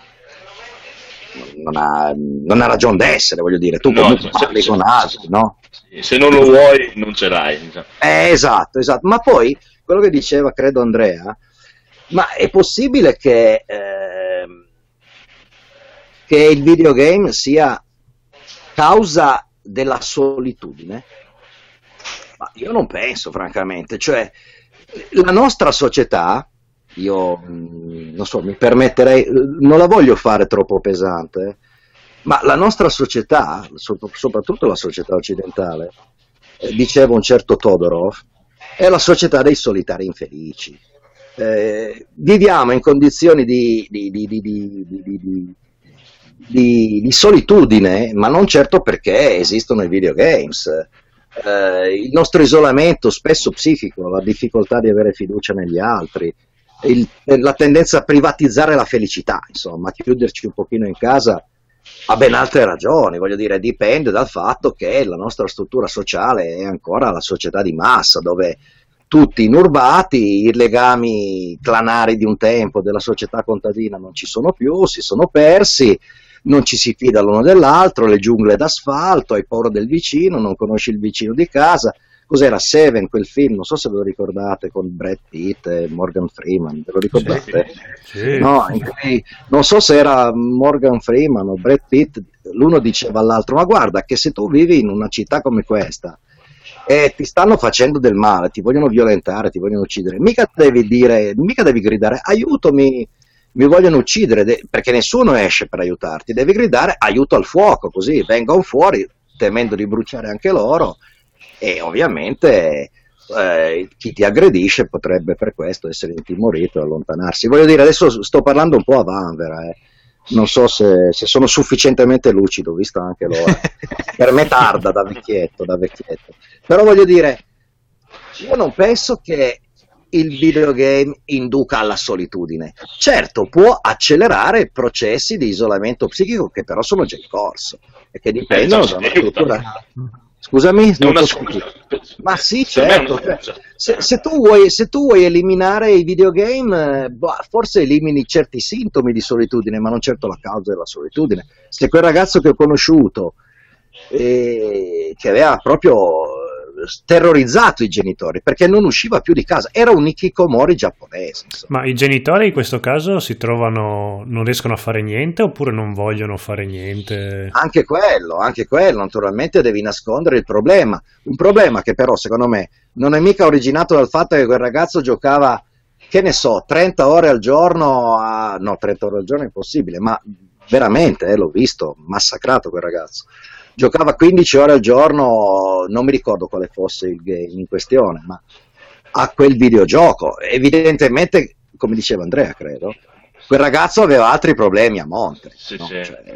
non ha ragione d'essere, voglio dire. Tu comunque parli con altri, no? Se non lo vuoi, non ce l'hai. Diciamo. Esatto. Ma poi, quello che diceva, credo Andrea, ma è possibile che il videogame sia causa della solitudine? Ma io non penso, francamente. Cioè, la nostra società, io non so, mi permetterei, non la voglio fare troppo pesante, ma la nostra società, soprattutto la società occidentale, diceva un certo Todorov, è la società dei solitari infelici. Viviamo in condizioni di solitudine, ma non certo perché esistono i videogames. Il nostro isolamento spesso psichico, la difficoltà di avere fiducia negli altri, la tendenza a privatizzare la felicità, insomma, a chiuderci un pochino in casa, ha ben altre ragioni, voglio dire, dipende dal fatto che la nostra struttura sociale è ancora la società di massa, dove tutti inurbati, i legami clanari di un tempo della società contadina non ci sono più, si sono persi, non ci si fida l'uno dell'altro, le giungle d'asfalto, hai paura del vicino, non conosci il vicino di casa. Cos'era Seven, quel film, non so se ve lo ricordate, con Brad Pitt e Morgan Freeman, ve lo ricordate? Sì. No, non so se era Morgan Freeman o Brad Pitt, l'uno diceva all'altro, ma guarda che se tu vivi in una città come questa e ti stanno facendo del male, ti vogliono violentare, ti vogliono uccidere, mica devi gridare aiutami, mi vogliono uccidere, perché nessuno esce per aiutarti, devi gridare aiuto al fuoco, così vengono fuori temendo di bruciare anche loro. E ovviamente chi ti aggredisce potrebbe per questo essere intimorito e allontanarsi. Voglio dire, adesso sto parlando un po' a vanvera, non so se sono sufficientemente lucido, visto anche l'ora. Per me tarda da vecchietto. Però voglio dire, io non penso che il videogame induca alla solitudine. Certo, può accelerare processi di isolamento psichico che però sono già in corso e che dipendono da una struttura... Scusami? Ma sì, certo. Se tu vuoi eliminare i videogame, forse elimini certi sintomi di solitudine, ma non certo la causa della solitudine. Se quel ragazzo che ho conosciuto, che aveva proprio terrorizzato i genitori perché non usciva più di casa, era un hikikomori giapponese, insomma. Ma i genitori in questo caso si trovano, non riescono a fare niente oppure non vogliono fare niente? Anche quello, naturalmente devi nascondere il problema, un problema che però secondo me non è mica originato dal fatto che quel ragazzo giocava, che ne so, 30 ore al giorno, no, 30 ore al giorno è impossibile, ma veramente, l'ho visto, massacrato quel ragazzo. Giocava 15 ore al giorno, non mi ricordo quale fosse il game in questione, ma a quel videogioco. Evidentemente, come diceva Andrea, credo, quel ragazzo aveva altri problemi a monte. Sì, no? sì. Cioè,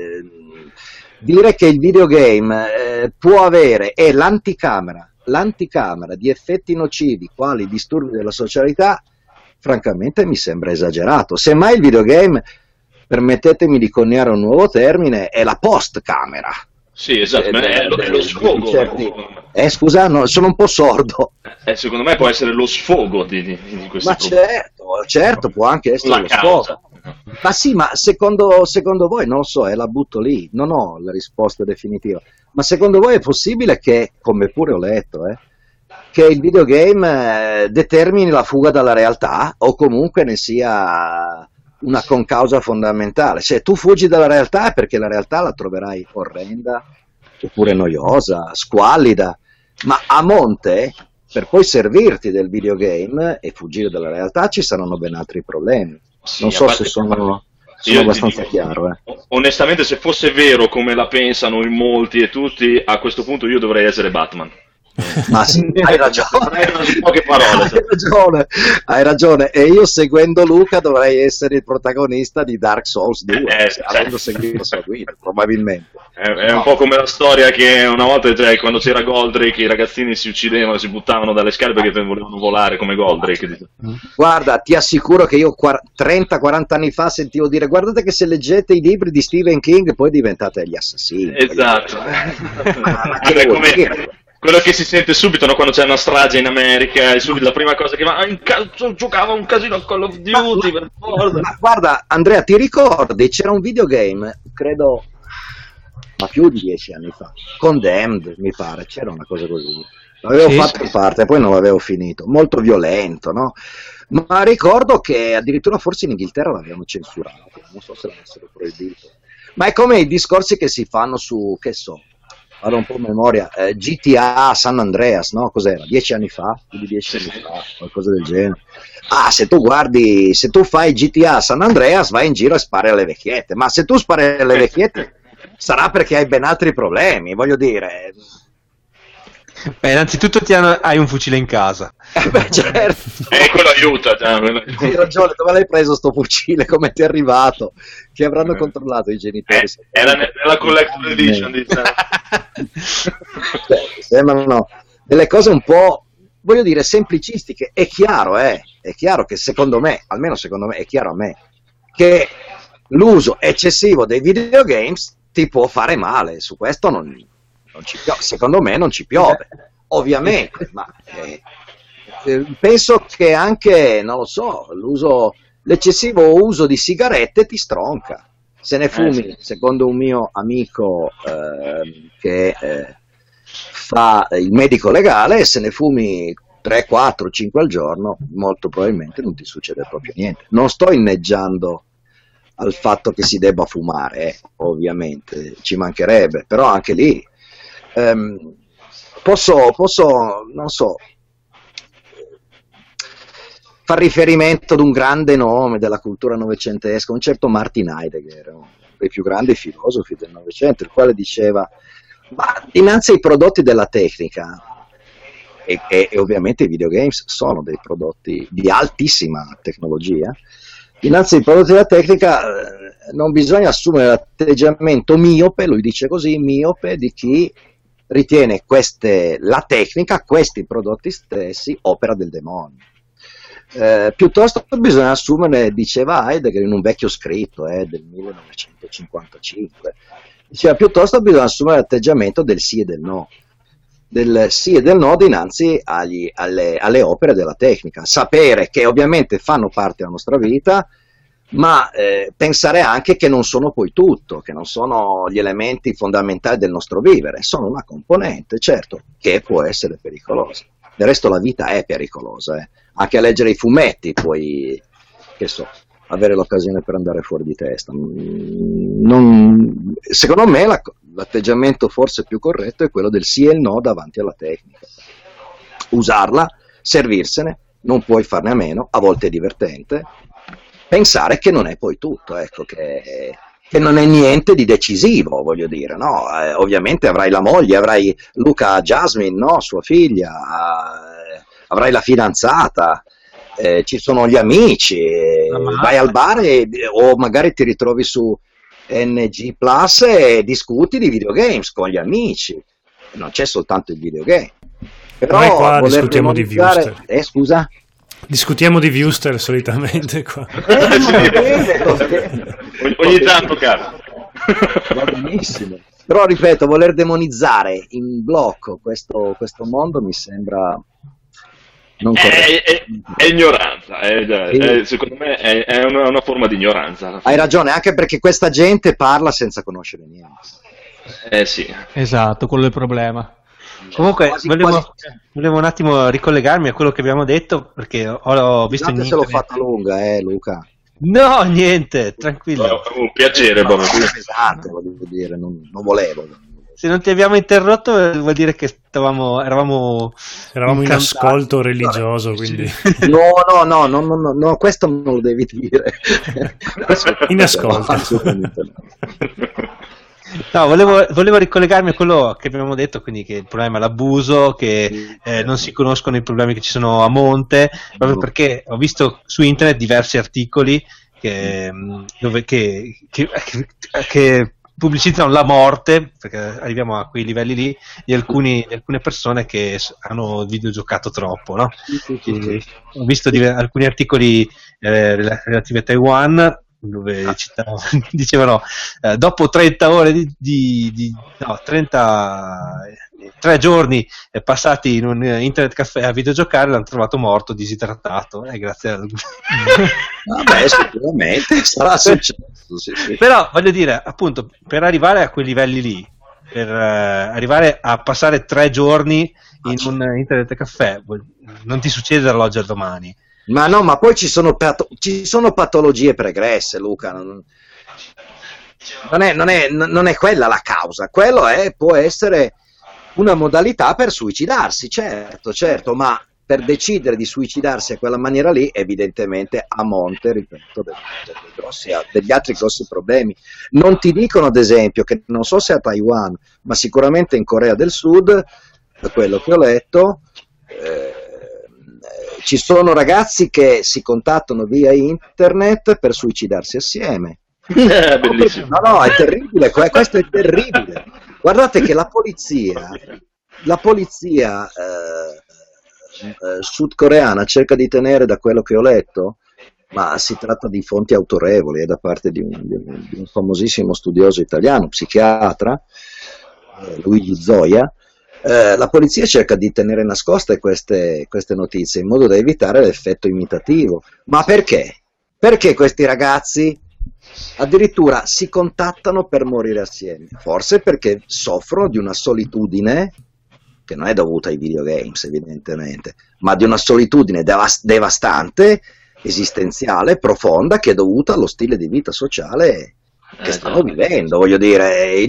dire che il videogame può avere, è l'anticamera di effetti nocivi, quali disturbi della socialità, francamente mi sembra esagerato. Semmai il videogame, permettetemi di coniare un nuovo termine, è la post-camera. Sì, esatto, è lo sfogo. Scusa, no, sono un po' sordo. Secondo me può essere lo sfogo di questi Ma problemi. certo, può anche essere La lo causa. sfogo. Ma sì, ma secondo voi, non lo so, la butto lì, non ho la risposta definitiva, ma secondo voi è possibile che, come pure ho letto, che il videogame determini la fuga dalla realtà o comunque ne sia una concausa fondamentale? Cioè, tu fuggi dalla realtà perché la realtà la troverai orrenda oppure noiosa, squallida, ma a monte, per poi servirti del videogame e fuggire dalla realtà, ci saranno ben altri problemi. Sì, Non so se sono abbastanza chiaro. Onestamente, se fosse vero come la pensano in molti e tutti, a questo punto io dovrei essere Batman. Ma sì, hai ragione. Poche parole. Hai ragione. E io, seguendo Luca, dovrei essere il protagonista di Dark Souls 2, avendo seguito la sua guida, probabilmente. È un po' come la storia che una volta, cioè, quando c'era Goldrake, i ragazzini si uccidevano, si buttavano dalle scale perché volevano volare come Goldrake. Guarda, ti assicuro che io 30-40 anni fa sentivo dire: guardate che se leggete i libri di Stephen King poi diventate gli assassini. Esatto. Quello che si sente subito, no, quando c'è una strage in America, è subito la prima cosa che va, giocava un casino a Call of Duty, ma guarda, Andrea, ti ricordi, c'era un videogame, credo, ma più di 10 anni fa, Condemned, mi pare, c'era una cosa così. L'avevo fatto in parte, poi non l'avevo finito, molto violento, no? Ma ricordo che addirittura forse in Inghilterra l'avevano censurato, non so se l'avessero proibito. Ma è come i discorsi che si fanno su, che so, vado un po' a memoria, GTA San Andreas, no? Cos'era? 10 anni fa? Più di 10 anni fa, qualcosa del genere. Se tu fai GTA San Andreas vai in giro e spari alle vecchiette, ma se tu spari alle vecchiette sarà perché hai ben altri problemi, voglio dire. Beh, innanzitutto hai un fucile in casa. Certo. Quello aiuta. Hai ragione, dove l'hai preso sto fucile? Come ti è arrivato? Che avranno controllato i genitori? Era nella collector edition, diciamo. Sembrano delle cose un po', voglio dire, semplicistiche. È chiaro che secondo me, almeno secondo me, è chiaro a me, che l'uso eccessivo dei videogames ti può fare male. Su questo secondo me non ci piove, ovviamente, ma penso che anche, non lo so, l'eccessivo uso di sigarette ti stronca. Se ne fumi, secondo un mio amico che fa il medico legale, se ne fumi 3, 4, 5 al giorno, molto probabilmente non ti succede proprio niente. Non sto inneggiando al fatto che si debba fumare, ovviamente, ci mancherebbe, però anche lì posso, non so, far riferimento ad un grande nome della cultura novecentesca, un certo Martin Heidegger, uno dei più grandi filosofi del Novecento, il quale diceva: ma dinanzi ai prodotti della tecnica, e ovviamente i videogames sono dei prodotti di altissima tecnologia, dinanzi ai prodotti della tecnica non bisogna assumere l'atteggiamento miope, lui dice così, miope, di chi ritiene la tecnica, questi prodotti stessi, opera del demonio. Piuttosto bisogna assumere, diceva Heidegger in un vecchio scritto del 1955, diceva piuttosto bisogna assumere l'atteggiamento del sì e del no, dinanzi alle opere della tecnica, sapere che ovviamente fanno parte della nostra vita, ma pensare anche che non sono poi tutto, che non sono gli elementi fondamentali del nostro vivere, sono una componente, certo, che può essere pericolosa. Del resto la vita è pericolosa, anche a leggere i fumetti puoi, che so, avere l'occasione per andare fuori di testa. Secondo me l'atteggiamento forse più corretto è quello del sì e il no davanti alla tecnica. Usarla, servirsene, non puoi farne a meno, a volte è divertente, pensare che non è poi tutto, ecco, che non è niente di decisivo, voglio dire, no? Ovviamente avrai la moglie, avrai Luca Jasmine, no? Sua figlia, avrai la fidanzata, ci sono gli amici, vai al bar o magari ti ritrovi su NG Plus e discuti di videogames con gli amici, non c'è soltanto il videogame. Però noi qua discutiamo di Viewster. Scusa? Discutiamo di Viewster solitamente qua. Ogni tanto capita. Va benissimo. Però ripeto, voler demonizzare in blocco questo mondo mi sembra non corretto. È ignoranza, secondo me è una forma di ignoranza. Hai ragione, anche perché questa gente parla senza conoscere niente. Sì. Esatto, quello è il problema. Comunque volevo un attimo ricollegarmi a quello che abbiamo detto, perché ho visto in internet. Se l'ho fatta lunga, Luca. No, niente, tranquillo. No, un piacere, pesante, voglio dire, non volevo. Se non ti abbiamo interrotto vuol dire che eravamo in ascolto religioso, quindi no, questo non lo devi dire. In ascolto. No, volevo ricollegarmi a quello che abbiamo detto, quindi che il problema è l'abuso, che non si conoscono i problemi che ci sono a monte, proprio perché ho visto su internet diversi articoli che pubblicizzano la morte, perché arriviamo a quei livelli lì, di alcune persone che hanno videogiocato troppo, no? Sì. Ho visto alcuni articoli relativi a Taiwan, dove dicevano dopo 30 ore 3 giorni passati in un internet caffè a videogiocare, l'hanno trovato morto, disidratato, grazie al... Vabbè, sicuramente sarà successo, sì. Però voglio dire, appunto, per arrivare a quei livelli lì, per arrivare a passare 3 giorni in un internet caffè, non ti succede dall'oggi al domani. Ma no, ma poi ci sono patologie pregresse, Luca. Non è quella la causa. Quello può essere una modalità per suicidarsi, certo, ma per decidere di suicidarsi a quella maniera lì, evidentemente a monte, ripeto, degli altri grossi problemi. Non ti dicono, ad esempio, che non so se a Taiwan, ma sicuramente in Corea del Sud, da quello che ho letto, ci sono ragazzi che si contattano via internet per suicidarsi assieme. Bellissimo. No, è terribile, questo è terribile. Guardate che la polizia sudcoreana cerca di tenere, da quello che ho letto, ma si tratta di fonti autorevoli, da parte di un famosissimo studioso italiano, psichiatra, Luigi Zoia. La polizia cerca di tenere nascoste queste notizie in modo da evitare l'effetto imitativo. Ma perché? Perché questi ragazzi addirittura si contattano per morire assieme? Forse perché soffrono di una solitudine che non è dovuta ai videogames, evidentemente, ma di una solitudine devastante, esistenziale, profonda, che è dovuta allo stile di vita sociale che stanno vivendo. Voglio dire,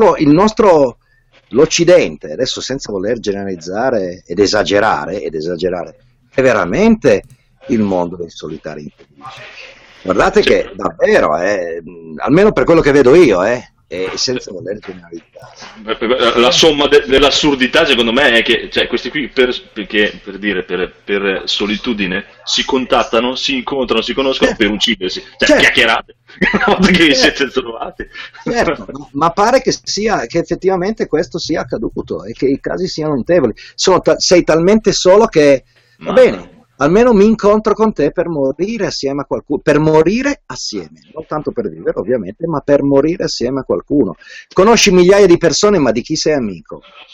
l'Occidente, adesso senza voler generalizzare ed esagerare, è veramente il mondo dei solitari infelici. Guardate che davvero, almeno per quello che vedo io, senza voler generalizzare. La somma dell'assurdità, secondo me, è che questi qui per solitudine si contattano, si incontrano, si conoscono per uccidersi, chiacchierate una volta che vi siete trovati. Certo, ma pare che effettivamente questo sia accaduto e che i casi siano notevoli. Sei talmente solo che va bene, almeno mi incontro con te per morire assieme a qualcuno, non tanto per vivere ovviamente, ma per morire assieme a qualcuno. Conosci migliaia di persone, ma di chi sei amico?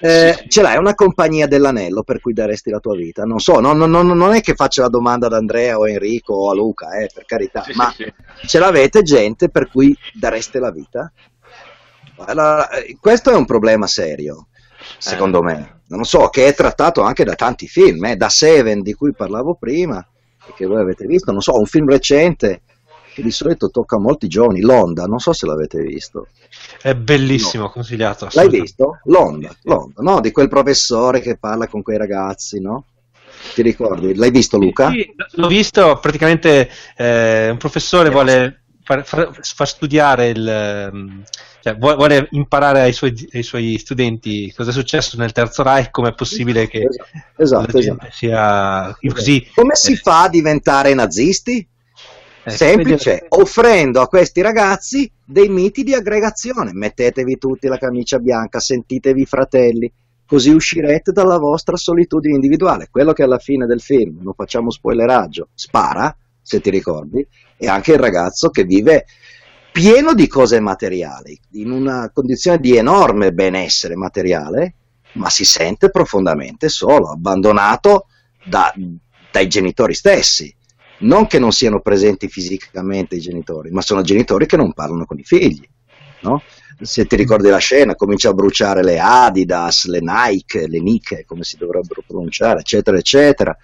Ce l'hai una compagnia dell'anello per cui daresti la tua vita? Non so, non è che faccia la domanda ad Andrea o a Enrico o a Luca, per carità, ma ce l'avete gente per cui dareste la vita? Allora, questo è un problema serio, secondo me. Non so, che è trattato anche da tanti film, da Seven di cui parlavo prima, che voi avete visto, non so, un film recente che di solito tocca molti giovani, L'Onda, non so se l'avete visto. È bellissimo, consigliato. L'hai visto? L'Onda, no? Di quel professore che parla con quei ragazzi, no? Ti ricordi? L'hai visto, Luca? Sì, l'ho visto, praticamente un professore vuole far studiare cioè, vuole imparare ai suoi studenti cosa è successo nel Terzo Reich, come è possibile che esatto. sia così. Come si fa a diventare nazisti? Semplice, offrendo a questi ragazzi dei miti di aggregazione. Mettetevi tutti la camicia bianca, sentitevi fratelli, così uscirete dalla vostra solitudine individuale. Quello che alla fine del film, non facciamo spoileraggio, spara, se ti ricordi, è anche il ragazzo che vive pieno di cose materiali, in una condizione di enorme benessere materiale, ma si sente profondamente solo, abbandonato dai genitori stessi. Non che non siano presenti fisicamente i genitori, ma sono genitori che non parlano con i figli, no? Se ti ricordi la scena, comincia a bruciare le Adidas, le Nike, come si dovrebbero pronunciare, eccetera, eccetera,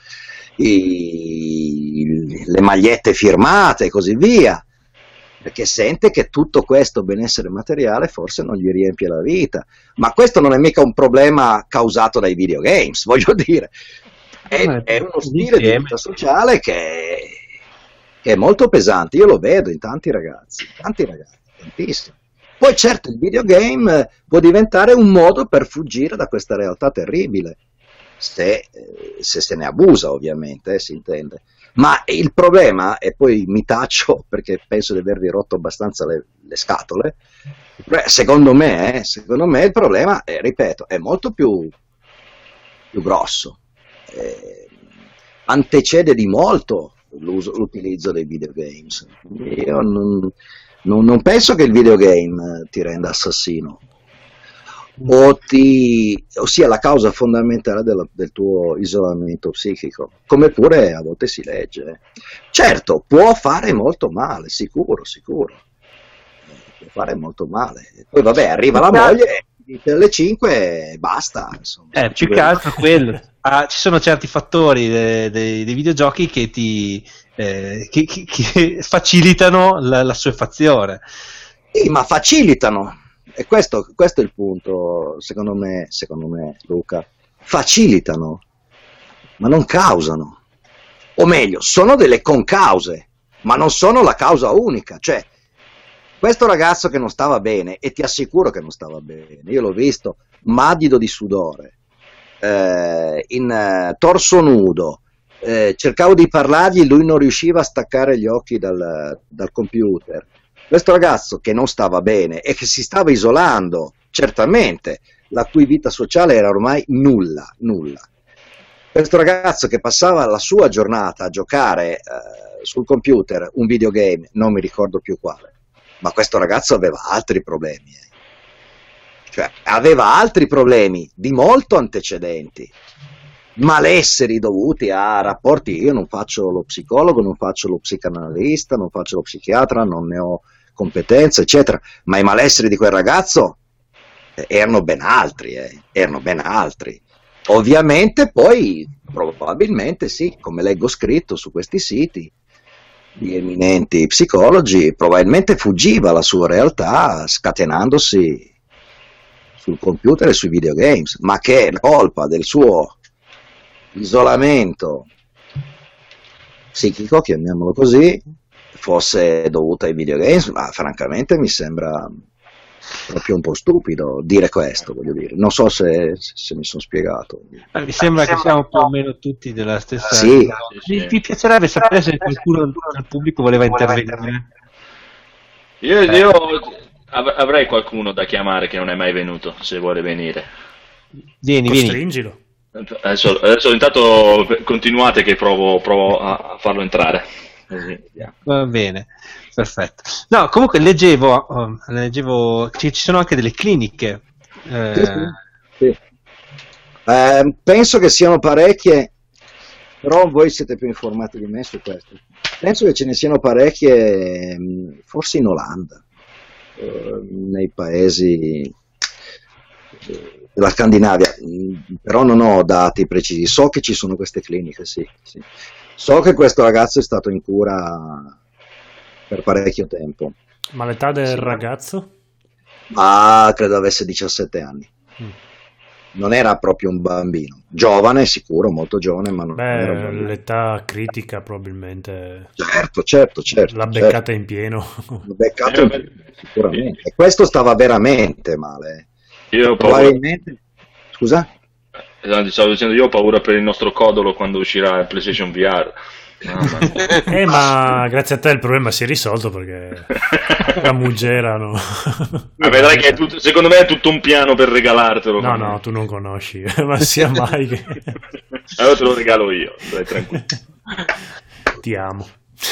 le magliette firmate e così via, perché sente che tutto questo benessere materiale forse non gli riempie la vita. Ma questo non è mica un problema causato dai videogames, voglio dire. È uno stile di vita sociale che è molto pesante. Io lo vedo in tanti ragazzi, tantissimi. Poi certo il videogame può diventare un modo per fuggire da questa realtà terribile, se se ne abusa, ovviamente, si intende. Ma il problema, e poi mi taccio perché penso di avervi rotto abbastanza le scatole, secondo me il problema, ripeto, è molto più grosso. Antecede di molto l'utilizzo dei videogames. Io non penso che il videogame ti renda assassino o sia la causa fondamentale del tuo isolamento psichico, come pure a volte si legge. Certo, può fare molto male, sicuro, può fare molto male. Poi vabbè, arriva la moglie alle 5 e basta, insomma. Più che altro quello. Ci sono certi fattori dei videogiochi che che facilitano l'assuefazione. Sì, ma facilitano. E questo è il punto, secondo me, Luca. Facilitano, ma non causano. O meglio, sono delle concause, ma non sono la causa unica. Cioè, questo ragazzo che non stava bene, e ti assicuro che non stava bene, io l'ho visto, madido di sudore, in torso nudo, cercavo di parlargli, lui non riusciva a staccare gli occhi dal computer. Questo ragazzo che non stava bene e che si stava isolando, certamente, la cui vita sociale era ormai nulla. Questo ragazzo che passava la sua giornata a giocare sul computer un videogame, non mi ricordo più quale, ma questo ragazzo aveva altri problemi. Cioè, aveva altri problemi di molto antecedenti, malesseri dovuti a rapporti. Io non faccio lo psicologo, non faccio lo psicanalista, non faccio lo psichiatra, non ne ho competenze, eccetera, ma i malesseri di quel ragazzo erano ben altri. Ovviamente poi, probabilmente sì, come leggo scritto su questi siti di eminenti psicologi, probabilmente fuggiva la sua realtà scatenandosi sul computer e sui videogames, ma che la colpa del suo isolamento psichico, chiamiamolo così, fosse dovuta ai videogames, ma francamente mi sembra proprio un po' stupido dire questo, voglio dire. Non so se mi sono spiegato. Mi sembra che siamo più o meno tutti della stessa. Sì. Mi piacerebbe sapere se qualcuno del pubblico voleva intervenire. Io avrei qualcuno da chiamare che non è mai venuto, se vuole venire. Vieni. Costringilo. Adesso intanto continuate che provo a farlo entrare. Va bene, perfetto. No, comunque leggevo che ci sono anche delle cliniche Sì. Penso che siano parecchie, però voi siete più informati di me su questo. Penso che ce ne siano parecchie, forse in Olanda, nei paesi della Scandinavia, però non ho dati precisi. So che ci sono queste cliniche, sì. So che questo ragazzo è stato in cura per parecchio tempo. Ma l'età del ragazzo? Credo avesse 17 anni. Non era proprio un bambino, giovane sicuro, molto giovane, ma non era un bambino. L'età critica probabilmente. Certo. L'ha beccata in pieno. L'ha beccata in pieno, sicuramente. E questo stava veramente male. Io ho probabilmente. Scusa? Stavo dicendo, io ho paura per il nostro codolo quando uscirà il PlayStation VR. Ma grazie a te il problema si è risolto, perché la Mugera no. Ma vedrai che secondo me è tutto un piano per regalartelo. No, tu non conosci, ma sia mai che... Allora te lo regalo io, stai tranquillo. Ti amo.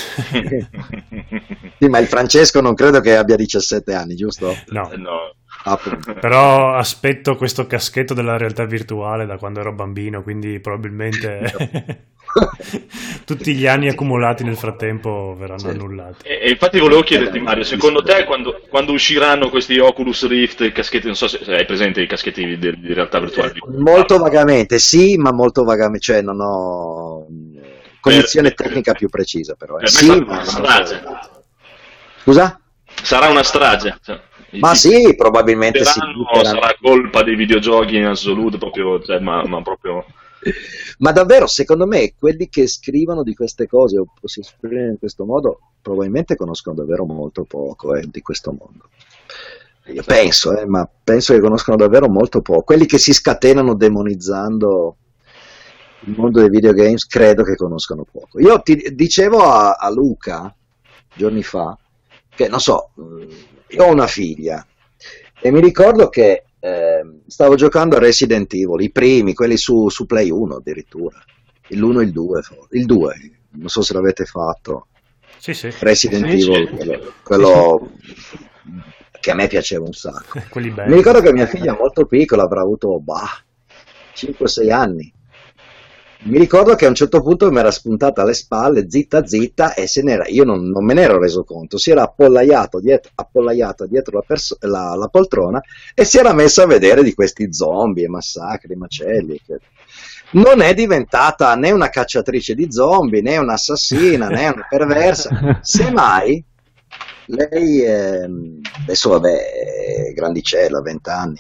Sì, ma il Francesco non credo che abbia 17 anni, giusto? No. Appunto. Però aspetto questo caschetto della realtà virtuale da quando ero bambino, quindi probabilmente tutti gli anni accumulati nel frattempo verranno annullati. E infatti volevo chiederti, Mario, secondo te quando usciranno questi Oculus Rift, i caschetti, non so se hai presente i caschetti di realtà virtuale? Molto vagamente, sì, ma molto vagamente, cioè non ho cognizione tecnica più precisa, però. Sì, ma strage. Scusa? Sarà una strage. Ma sì, probabilmente sì. Sarà colpa dei videogiochi in assoluto, proprio, cioè, ma proprio... Ma davvero, secondo me, quelli che scrivono di queste cose o si esprimono in questo modo, probabilmente conoscono davvero molto poco di questo mondo. Io penso, ma penso che conoscono davvero molto poco. Quelli che si scatenano demonizzando il mondo dei videogames, credo che conoscano poco. Io ti dicevo a Luca, giorni fa, che non so, io ho una figlia e mi ricordo che stavo giocando a Resident Evil, i primi, quelli su Play 1 addirittura, l'1 e il 2, il 2, non so se l'avete fatto. Sì. Resident Evil, quello che a me piaceva un sacco. Mi ricordo che mia figlia molto piccola, avrà avuto 5-6 anni. Mi ricordo che a un certo punto mi era spuntata alle spalle, zitta, e io non me ne ero reso conto, si era appollaiata dietro la poltrona e si era messa a vedere di questi zombie e massacri, macelli. Non è diventata né una cacciatrice di zombie, né un'assassina, né una perversa, semmai lei adesso vabbè è grandicella, 20 anni,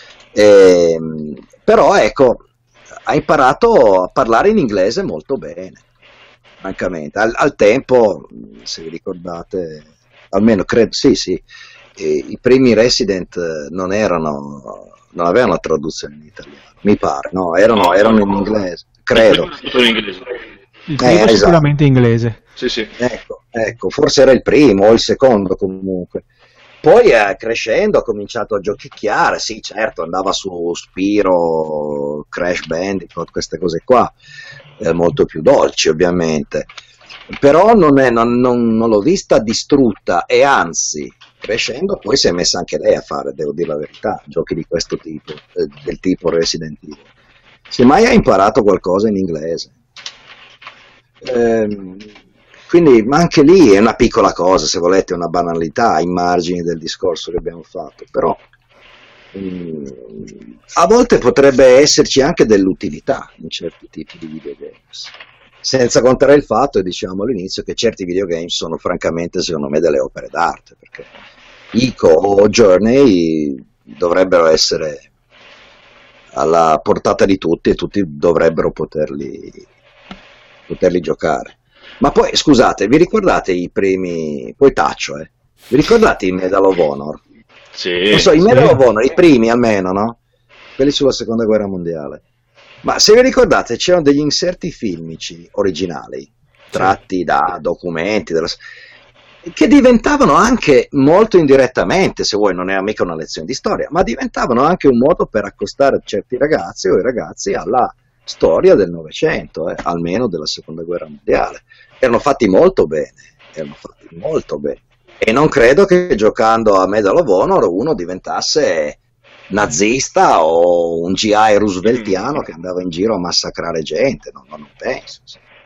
però ecco, ha imparato a parlare in inglese molto bene, francamente. Al tempo, se vi ricordate, almeno credo, sì, i primi Resident non avevano la traduzione in italiano, mi pare, no, erano in inglese, credo. Il primo sicuramente inglese. Sì. Ecco, forse era il primo o il secondo comunque. Poi crescendo ha cominciato a giochicchiare, sì certo, andava su Spyro, Crash Bandicoot, queste cose qua, molto più dolci ovviamente, però non l'ho vista distrutta e anzi, crescendo poi si è messa anche lei a fare, devo dire la verità, giochi di questo tipo, del tipo Resident Evil. Semmai ha imparato qualcosa in inglese. Quindi, ma anche lì è una piccola cosa, se volete, una banalità ai margini del discorso che abbiamo fatto, però a volte potrebbe esserci anche dell'utilità in certi tipi di videogames, senza contare il fatto, diciamo all'inizio, che certi videogames sono francamente, secondo me, delle opere d'arte, perché Ico o Journey dovrebbero essere alla portata di tutti e tutti dovrebbero poterli giocare. Ma poi, scusate, vi ricordate i primi... Poi taccio, vi ricordate i Medal of Honor? Sì. Non so, i Medal of Honor, i primi almeno, no? Quelli sulla Seconda Guerra Mondiale. Ma se vi ricordate, c'erano degli inserti filmici originali, tratti da documenti, che diventavano anche molto indirettamente, se vuoi, non era mica una lezione di storia, ma diventavano anche un modo per accostare certi ragazzi o i ragazzi alla storia del Novecento, almeno della Seconda Guerra Mondiale. Erano fatti molto bene, e non credo che giocando a Medal of Honor uno diventasse nazista o un GI rooseveltiano che andava in giro a massacrare gente, non penso.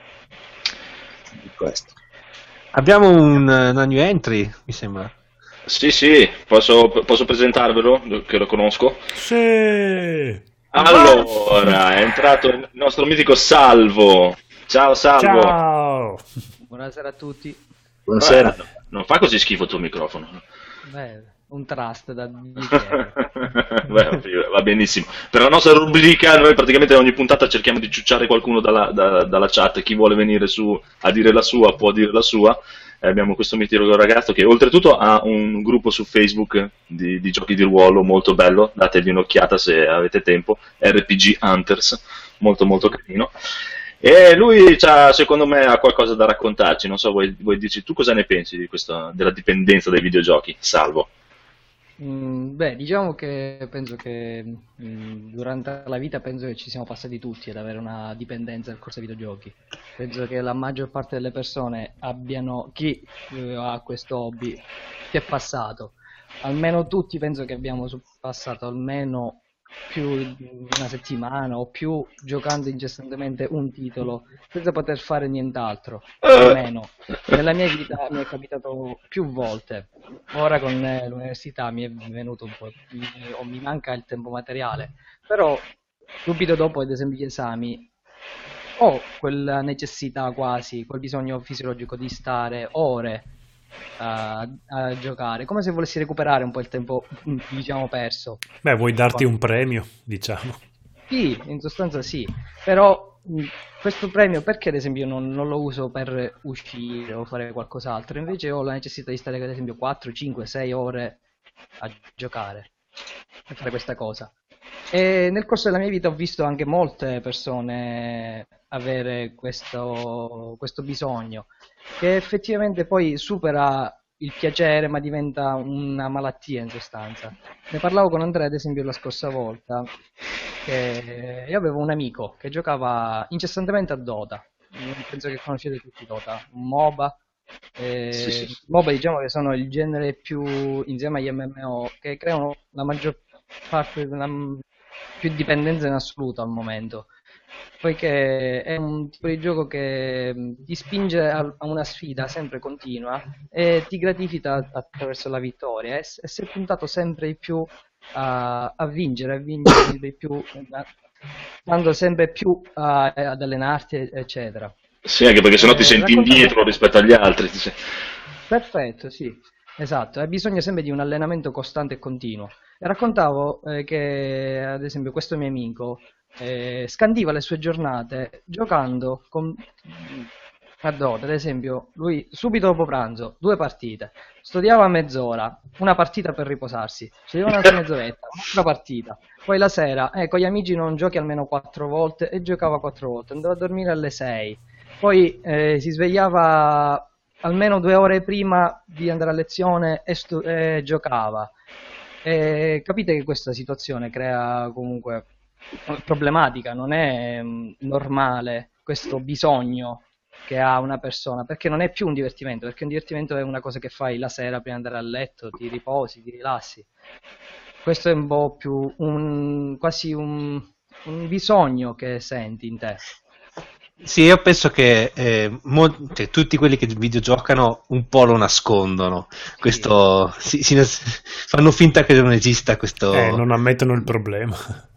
Di questo. Abbiamo una new entry, mi sembra. Sì, posso presentarvelo, che lo conosco? Sì. Allora, è entrato il nostro mitico Salvo. Ciao Salvo. Ciao. Buonasera a tutti. Buonasera. Non fa così schifo il tuo microfono. Beh, un trust da dire. Beh, va benissimo. Per la nostra rubrica, noi praticamente ogni puntata cerchiamo di ciucciare qualcuno dalla chat. Chi vuole venire su a dire la sua può dire la sua. Abbiamo questo mitico ragazzo che oltretutto ha un gruppo su Facebook di giochi di ruolo molto bello, dategli un'occhiata se avete tempo, RPG Hunters, molto molto carino. E lui secondo me ha qualcosa da raccontarci, non so, vuoi dirci tu cosa ne pensi di della dipendenza dai videogiochi, Salvo? Beh, diciamo che penso che durante la vita penso che ci siamo passati tutti ad avere una dipendenza nel corso dei videogiochi. Penso che la maggior parte delle persone chi ha questo hobby ci è passato. Almeno tutti penso che abbiamo passato almeno più di una settimana o più giocando incessantemente un titolo senza poter fare nient'altro. Almeno nella mia vita mi è capitato più volte. Ora con l'università mi è venuto un po', mi manca il tempo materiale, però subito dopo ad esempio gli esami ho quella necessità quasi, quel bisogno fisiologico di stare ore a giocare, come se volessi recuperare un po' il tempo diciamo perso. Beh, vuoi darti un premio, diciamo. Sì, in sostanza sì, però questo premio perché ad esempio non lo uso per uscire o fare qualcos'altro, invece ho la necessità di stare ad esempio 4, 5, 6 ore a giocare, a fare questa cosa. E nel corso della mia vita ho visto anche molte persone avere questo bisogno, che effettivamente poi supera il piacere ma diventa una malattia in sostanza. Ne parlavo con Andrea ad esempio la scorsa volta, che io avevo un amico che giocava incessantemente a Dota. Penso che conoscete tutti Dota, un MOBA. Sì. MOBA diciamo che sono il genere più, insieme agli MMO, che creano la maggior parte più dipendenza in assoluto al momento, poiché è un tipo di gioco che ti spinge a una sfida sempre continua e ti gratifica attraverso la vittoria e sei puntato sempre di più a vincere sempre di più, andando sempre più ad allenarti eccetera. Sì, anche perché sennò ti senti indietro rispetto agli altri. Perfetto, sì, esatto, hai bisogno sempre di un allenamento costante e continuo. E raccontavo che, ad esempio, questo mio amico scandiva le sue giornate giocando a Dota, ad esempio, lui subito dopo pranzo, 2 partite, studiava mezz'ora, una partita per riposarsi, studiava un'altra mezz'oretta, un'altra partita, poi la sera, con gli amici non giochi almeno 4 volte e giocava 4 volte, andava a dormire alle 6, poi si svegliava almeno 2 ore prima di andare a lezione e giocava. Capite che questa situazione crea comunque problematica, non è normale questo bisogno che ha una persona, perché non è più un divertimento, perché un divertimento è una cosa che fai la sera prima di andare a letto, ti riposi, ti rilassi. Questo è un po' più quasi un bisogno che senti in te. Sì, io penso che cioè, tutti quelli che videogiocano un po' lo nascondono. Questo fanno finta che non esista questo. Non ammettono il problema.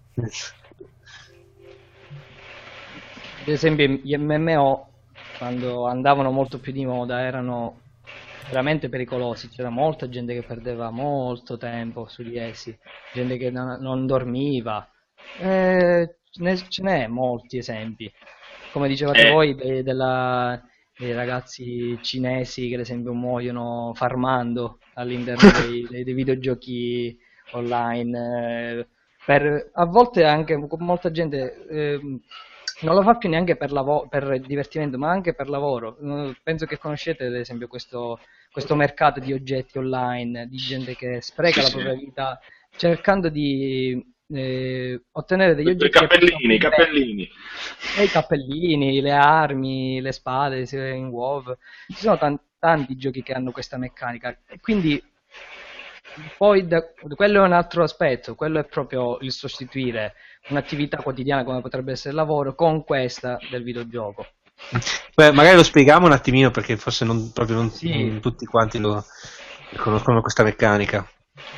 Ad esempio gli MMO quando andavano molto più di moda erano veramente pericolosi, c'era molta gente che perdeva molto tempo su di essi, gente che non dormiva, ce n'è molti esempi, come dicevate voi dei ragazzi cinesi che ad esempio muoiono farmando all'interno dei videogiochi online, a volte anche molta gente non lo fa più neanche per divertimento, ma anche per lavoro. Penso che conoscete ad esempio questo mercato di oggetti online, di gente che spreca la propria vita cercando di ottenere degli oggetti. I cappellini, le armi, le spade in WoW. Ci sono tanti giochi che hanno questa meccanica e quindi poi quello è un altro aspetto, quello è proprio il sostituire un'attività quotidiana come potrebbe essere il lavoro con questa del videogioco. Beh, magari lo spieghiamo un attimino perché forse non Sì. tutti quanti lo conoscono questa meccanica.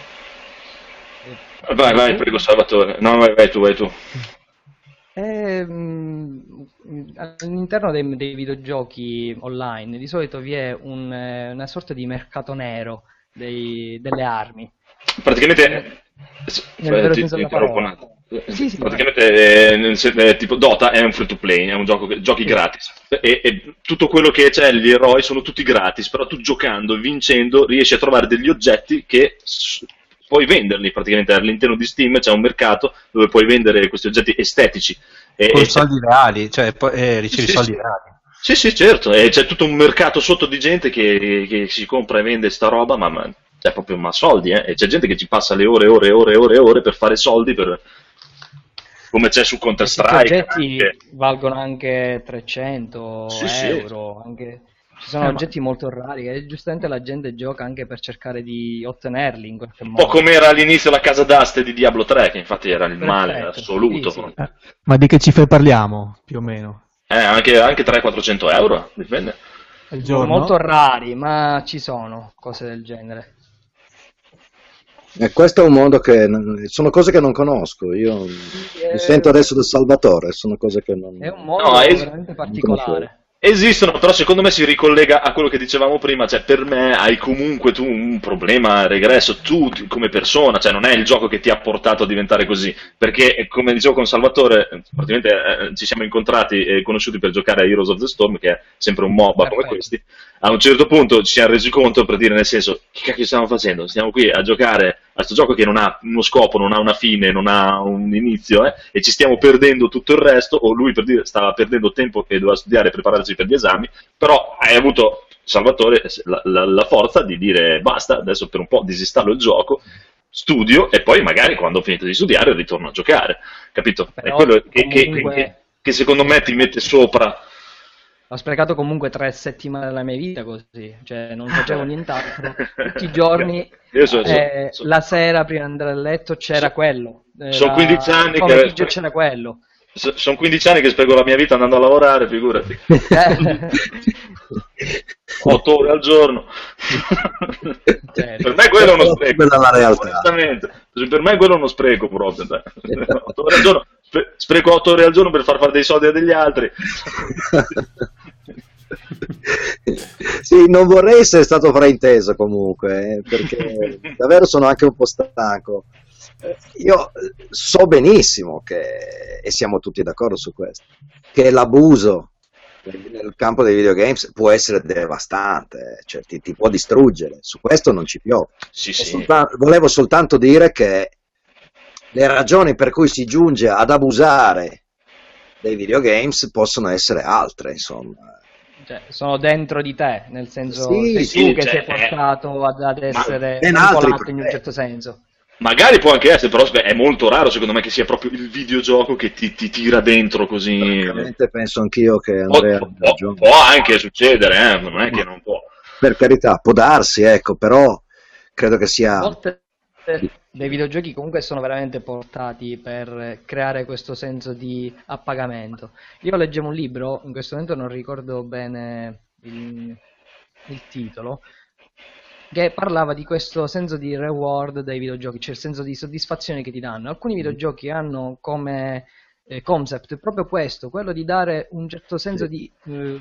Vai, prego Salvatore. No, vai tu. All'interno dei videogiochi online di solito vi è una sorta di mercato nero delle armi. Praticamente, Nel vero senso ti della interrompo un parola. attimo. Sì, Praticamente, tipo Dota è un free to play, è un gioco che giochi sì, gratis e tutto quello che c'è, gli eroi sono tutti gratis, però tu giocando e vincendo riesci a trovare degli oggetti che puoi venderli praticamente all'interno di Steam. C'è un mercato dove puoi vendere questi oggetti estetici Con c'è- soldi reali, cioè ricevi sì, soldi sì. reali. Sì, certo, e c'è tutto un mercato sotto di gente che si compra e vende sta roba, ma è proprio soldi, e c'è gente che ci passa le ore per fare soldi, come c'è su questi Counter-Strike. oggetti Anche. valgono anche 300 Sì. euro, ci sono Ma oggetti molto rari che giustamente la gente gioca anche per cercare di ottenerli in qualche Un po' modo. come era all'inizio la casa d'aste di Diablo 3, che infatti era il male Perfetto, assoluto. sì. Ma di che cifre parliamo, più o meno? Anche 300-400 euro, dipende. Al Sono giorno? molto rari, ma ci sono cose del genere. E questo è un mondo sono cose che non conosco. Io mi sento adesso del Salvatore, sono cose che non, È un No, mondo veramente non particolare. Esistono, però secondo me si ricollega a quello che dicevamo prima, cioè per me hai comunque tu un problema regresso, tu come persona, cioè non è il gioco che ti ha portato a diventare così, perché come dicevo con Salvatore, praticamente ci siamo incontrati e conosciuti per giocare a Heroes of the Storm, che è sempre un MOBA come Perfetto. questi. A un certo punto ci siamo resi conto, per dire, nel senso, che cacchio stiamo facendo? Stiamo qui a giocare a questo gioco che non ha uno scopo, non ha una fine, non ha un inizio, e ci stiamo perdendo tutto il resto, o lui, per dire, stava perdendo tempo che doveva studiare e prepararsi per gli esami, però hai avuto, Salvatore, la forza di dire basta, adesso per un po' disinstallo il gioco, studio e poi magari quando ho finito di studiare ritorno a giocare, capito? È Però quello comunque che secondo me ti mette sopra. ho sprecato comunque 3 settimane della mia vita così, cioè non facevo nient'altro. Tutti i giorni, Io la sera prima di andare a letto c'era quello. Sono 15 anni il pomeriggio c'era quello. Sono 15 anni che spiego la mia vita andando a lavorare, figurati. 8 ore al giorno. Per me quello è uno spreco. Dalla realtà. Onestamente, per me quello è uno spreco proprio. 8 ore al giorno, spreco 8 ore al giorno per far fare dei soldi a degli altri. Sì, non vorrei essere stato frainteso comunque, perché davvero sono anche un po' stanco. Io so benissimo e siamo tutti d'accordo su questo, che l'abuso nel campo dei videogames può essere devastante, cioè ti può distruggere, su questo non ci piove. Sì. Volevo soltanto dire che le ragioni per cui si giunge ad abusare dei videogames possono essere altre, insomma. Cioè, sono dentro di te, nel senso Sì, sei tu che cioè, sei portato ad essere ben altri manipolato in un problemi. certo senso. Magari può anche essere, però è molto raro secondo me che sia proprio il videogioco che ti tira dentro così. Francamente penso anch'io che Può, Andrea abbia ragione. può anche succedere, non è che non può. Per carità, può darsi, ecco, però credo che sia... Molte dei videogiochi comunque sono veramente portati per creare questo senso di appagamento. Io leggevo un libro, in questo momento non ricordo bene il titolo, che parlava di questo senso di reward dei videogiochi, cioè il senso di soddisfazione che ti danno. Alcuni videogiochi hanno come concept proprio questo, quello di dare un certo senso di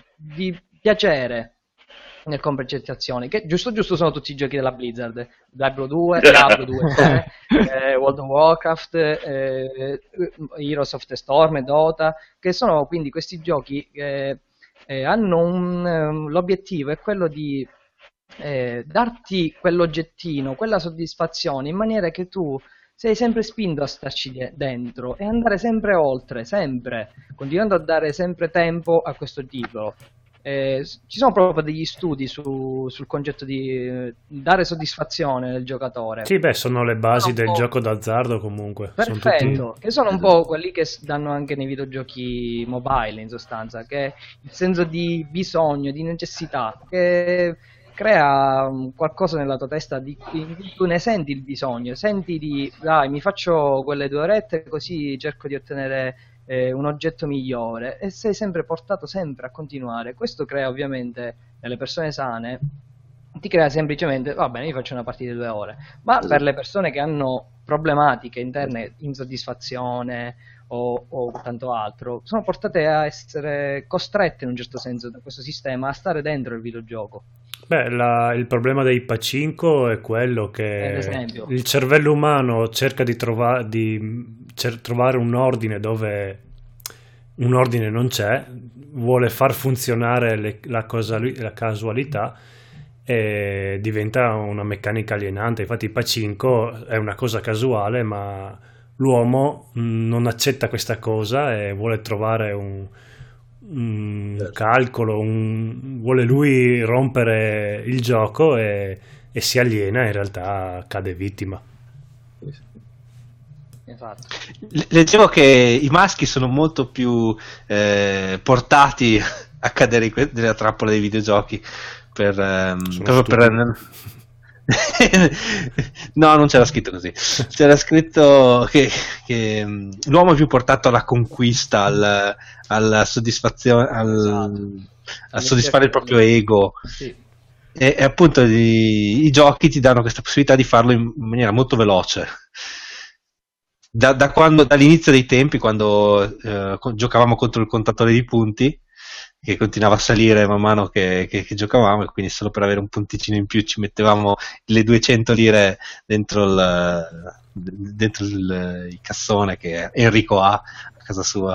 piacere nel commercializzazione, che giusto sono tutti i giochi della Blizzard, Diablo 2, World of Warcraft, Heroes of the Storm, Dota, che sono quindi questi giochi che hanno l'obiettivo è quello di darti quell'oggettino, quella soddisfazione, in maniera che tu sei sempre spinto a starci dentro e andare sempre oltre, sempre, continuando a dare sempre tempo a questo titolo. Ci sono proprio degli studi sul concetto di dare soddisfazione al giocatore. Sì, beh, sono le basi del po'... gioco d'azzardo comunque. Perfetto, che sono un po' quelli che danno anche nei videogiochi mobile in sostanza, che è il senso di bisogno, di necessità, che crea qualcosa nella tua testa di cui tu ne senti il bisogno, senti dai, mi faccio quelle 2 orette così cerco di ottenere un oggetto migliore, e sei sempre portato sempre a continuare. Questo crea ovviamente nelle persone sane, ti crea semplicemente, va bene, io faccio una partita di 2 ore, ma per le persone che hanno problematiche interne, insoddisfazione o tanto altro, sono portate a essere costrette in un certo senso da questo sistema a stare dentro il videogioco. Beh, il problema dei Pachinko è quello Ad che esempio. il cervello umano cerca di trovare un ordine dove un ordine non c'è, vuole far funzionare la casualità, e diventa una meccanica alienante. Infatti il Pachinko è una cosa casuale, ma l'uomo non accetta questa cosa e vuole trovare un calcolo, vuole lui rompere il gioco e si aliena, in realtà cade vittima. Esatto. Leggevo che i maschi sono molto più portati a cadere nella trappola dei videogiochi proprio per no, non c'era scritto così. C'era scritto che l'uomo è più portato alla conquista, alla soddisfazione, a soddisfare il proprio ego. Sì. E appunto i giochi ti danno questa possibilità di farlo in maniera molto veloce. Dall'inizio dei tempi, quando giocavamo contro il contatore di punti, che continuava a salire man mano che giocavamo, e quindi solo per avere un punticino in più ci mettevamo le 200 lire dentro il cassone che Enrico ha a casa sua.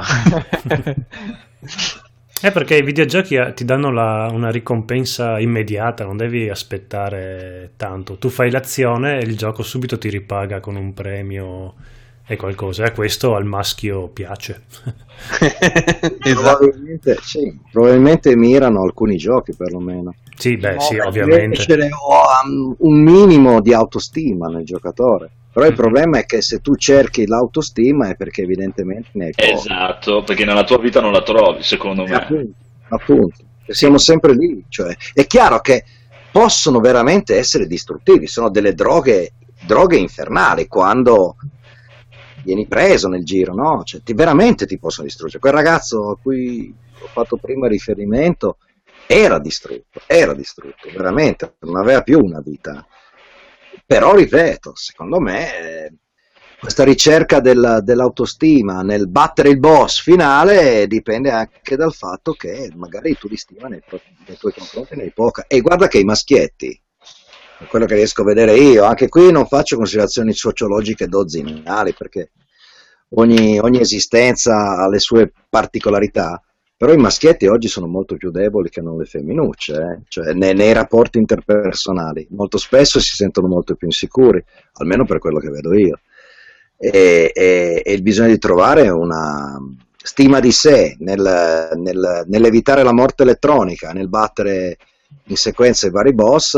Perché i videogiochi ti danno una ricompensa immediata, non devi aspettare tanto. Tu fai l'azione e il gioco subito ti ripaga con un premio e qualcosa, e questo al maschio piace. Esatto. Probabilmente mirano alcuni giochi, perlomeno. Sì, beh, sì, ovviamente. Un minimo di autostima nel giocatore. Però il problema è che se tu cerchi l'autostima è perché evidentemente ne hai poco. Esatto, perché nella tua vita non la trovi, secondo me. Appunto. Siamo sempre lì. Cioè, è chiaro che possono veramente essere distruttivi, sono delle droghe infernali quando vieni preso nel giro, no? Cioè, veramente ti possono distruggere. Quel ragazzo a cui ho fatto prima riferimento era distrutto, veramente, non aveva più una vita. Però, ripeto, secondo me questa ricerca dell'autostima nel battere il boss finale dipende anche dal fatto che magari tu di stima nei tuoi confronti ne hai poca. E guarda che i maschietti, quello che riesco a vedere io, anche qui non faccio considerazioni sociologiche dozzinali, perché ogni esistenza ha le sue particolarità, però i maschietti oggi sono molto più deboli che non le femminucce, cioè nei rapporti interpersonali molto spesso si sentono molto più insicuri, almeno per quello che vedo io, e il bisogno di trovare una stima di sé nell'evitare la morte elettronica, nel battere in sequenza i vari boss,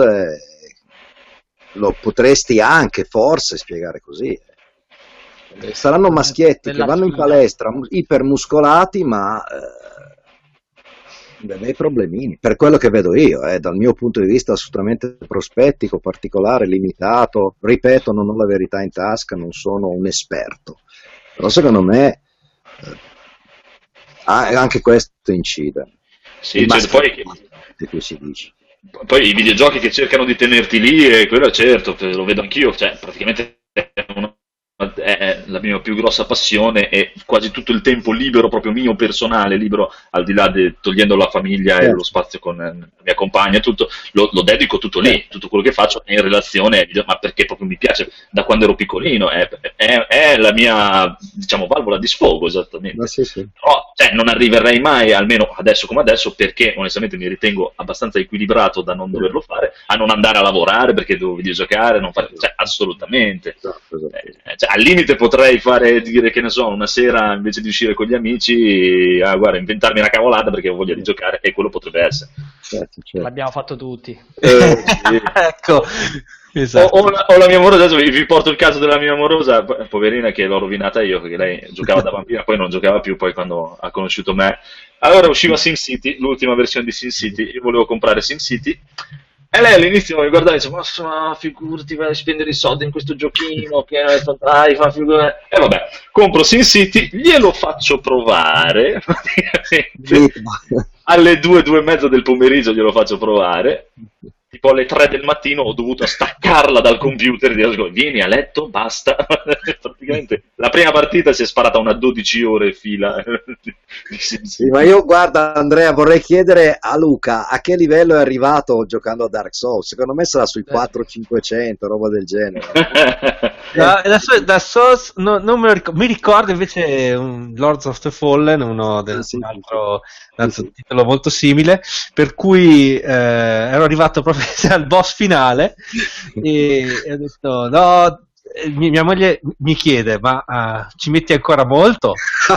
lo potresti anche forse spiegare così. Saranno maschietti che vanno in palestra ipermuscolati, ma dei problemini, per quello che vedo io, dal mio punto di vista assolutamente prospettico, particolare, limitato. Ripeto, non ho la verità in tasca, non sono un esperto, però secondo me anche questo incide. Sì, cioè, di cui si dice. Poi i videogiochi che cercano di tenerti lì, e quello certo, lo vedo anch'io, cioè praticamente è la mia più grossa passione, e quasi tutto il tempo libero, proprio mio personale, libero al di là togliendo la famiglia e lo spazio con la mia compagna, tutto, lo dedico tutto lì, tutto quello che faccio è in relazione, ma perché proprio mi piace da quando ero piccolino, è la mia, diciamo, valvola di sfogo, esattamente. Sì. Però, cioè, non arriverei mai, almeno adesso come adesso, perché onestamente mi ritengo abbastanza equilibrato da non doverlo fare, a non andare a lavorare perché devo videogiocare, non fare, cioè, assolutamente. Cioè, al limite potrei dire che ne so, una sera invece di uscire con gli amici, guarda, inventarmi una cavolata perché ho voglia di giocare, e quello potrebbe essere. Certo. L'abbiamo fatto tutti. Sì. Ecco, esatto. O la mia amorosa, adesso vi porto il caso della mia amorosa, poverina, che l'ho rovinata io, perché lei giocava da bambina, poi non giocava più, poi quando ha conosciuto me. Allora usciva SimCity, l'ultima versione di SimCity, io volevo comprare SimCity, E lei all'inizio mi guardava e diceva, ma figurati, vai a spendere i soldi in questo giochino, che dai, fa figurare. E vabbè, compro SimCity, glielo faccio provare, praticamente, alle 2:30 del pomeriggio glielo faccio provare, tipo alle 3 del mattino ho dovuto staccarla dal computer e dire, vieni a letto, basta. Praticamente la prima partita si è sparata una 12 ore fila. Sì, ma io, guarda Andrea, vorrei chiedere a Luca a che livello è arrivato giocando a Dark Souls. Secondo me sarà sui 400-500, roba del genere. Da Souls non me lo ricordo. Mi ricordo invece un Lords of the Fallen, uno del altro titolo molto simile, per cui ero arrivato proprio al boss finale e ho detto no, mia moglie mi chiede ma ci metti ancora molto?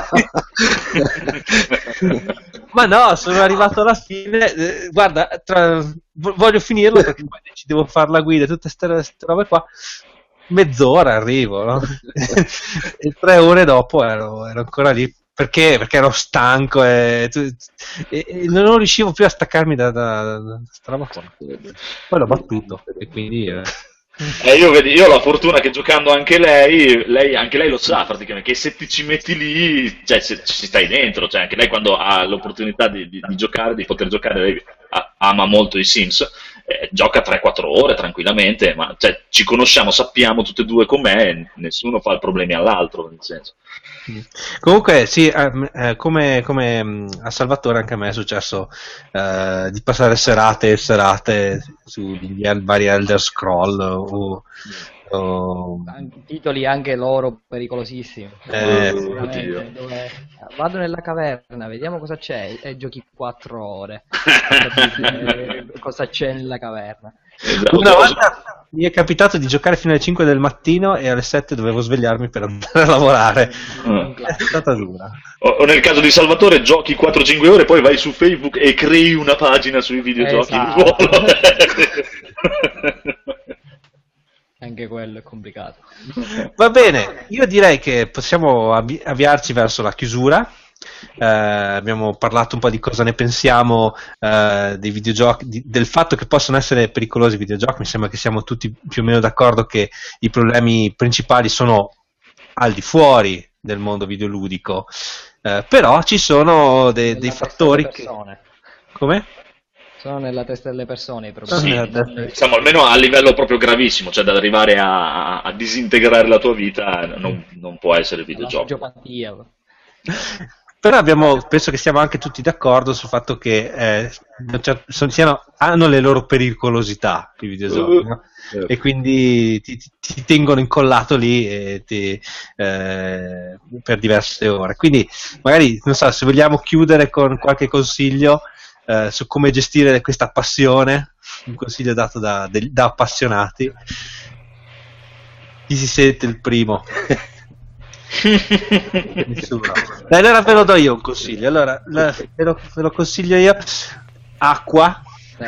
Ma no, sono arrivato alla fine, guarda, voglio finirlo perché poi ci devo fare la guida, tutte queste robe qua, mezz'ora arrivo, no? E 3 ore dopo ero ancora lì perché ero stanco e non riuscivo più a staccarmi da sta roba qua. Poi l'ho battuto e quindi Io ho la fortuna che giocando anche lei lo sa praticamente, che se ti ci metti lì, cioè se ci stai dentro, cioè anche lei quando ha l'opportunità di giocare, di poter giocare, lei ama molto i Sims, gioca 3-4 ore tranquillamente, ma cioè, ci conosciamo, sappiamo tutte e due com'è, nessuno fa problemi all'altro, nel senso. Comunque sì, come a Salvatore anche a me è successo di passare serate e serate sugli vari Elder Scroll titoli anche loro pericolosissimi. Dove vado nella caverna, vediamo cosa c'è e giochi 4 ore. Cosa c'è nella caverna? Una volta mi è capitato di giocare fino alle 5 del mattino e alle 7 dovevo svegliarmi per andare a lavorare. È stata dura. O nel caso di Salvatore giochi 4-5 ore, poi vai su Facebook e crei una pagina sui videogiochi di ruolo. Anche quello è complicato. Va bene, io direi che possiamo avviarci verso la chiusura. Abbiamo parlato un po' di cosa ne pensiamo dei videogiochi, del fatto che possono essere pericolosi i videogiochi. Mi sembra che siamo tutti più o meno d'accordo che i problemi principali sono al di fuori del mondo videoludico, però ci sono dei fattori che... Come? Sono nella testa delle persone i problemi. Sì, diciamo, almeno a livello proprio gravissimo, cioè da arrivare a disintegrare la tua vita, non può essere il videogioco. Però penso che siamo anche tutti d'accordo sul fatto che hanno le loro pericolosità i videogiochi, no? E quindi ti tengono incollato lì per diverse ore. Quindi magari, non so, se vogliamo chiudere con qualche consiglio su come gestire questa passione, un consiglio dato da appassionati. Chi si sente il primo? Nessuno. Dai, allora ve lo do io un consiglio. Allora, ve lo consiglio io. Acqua.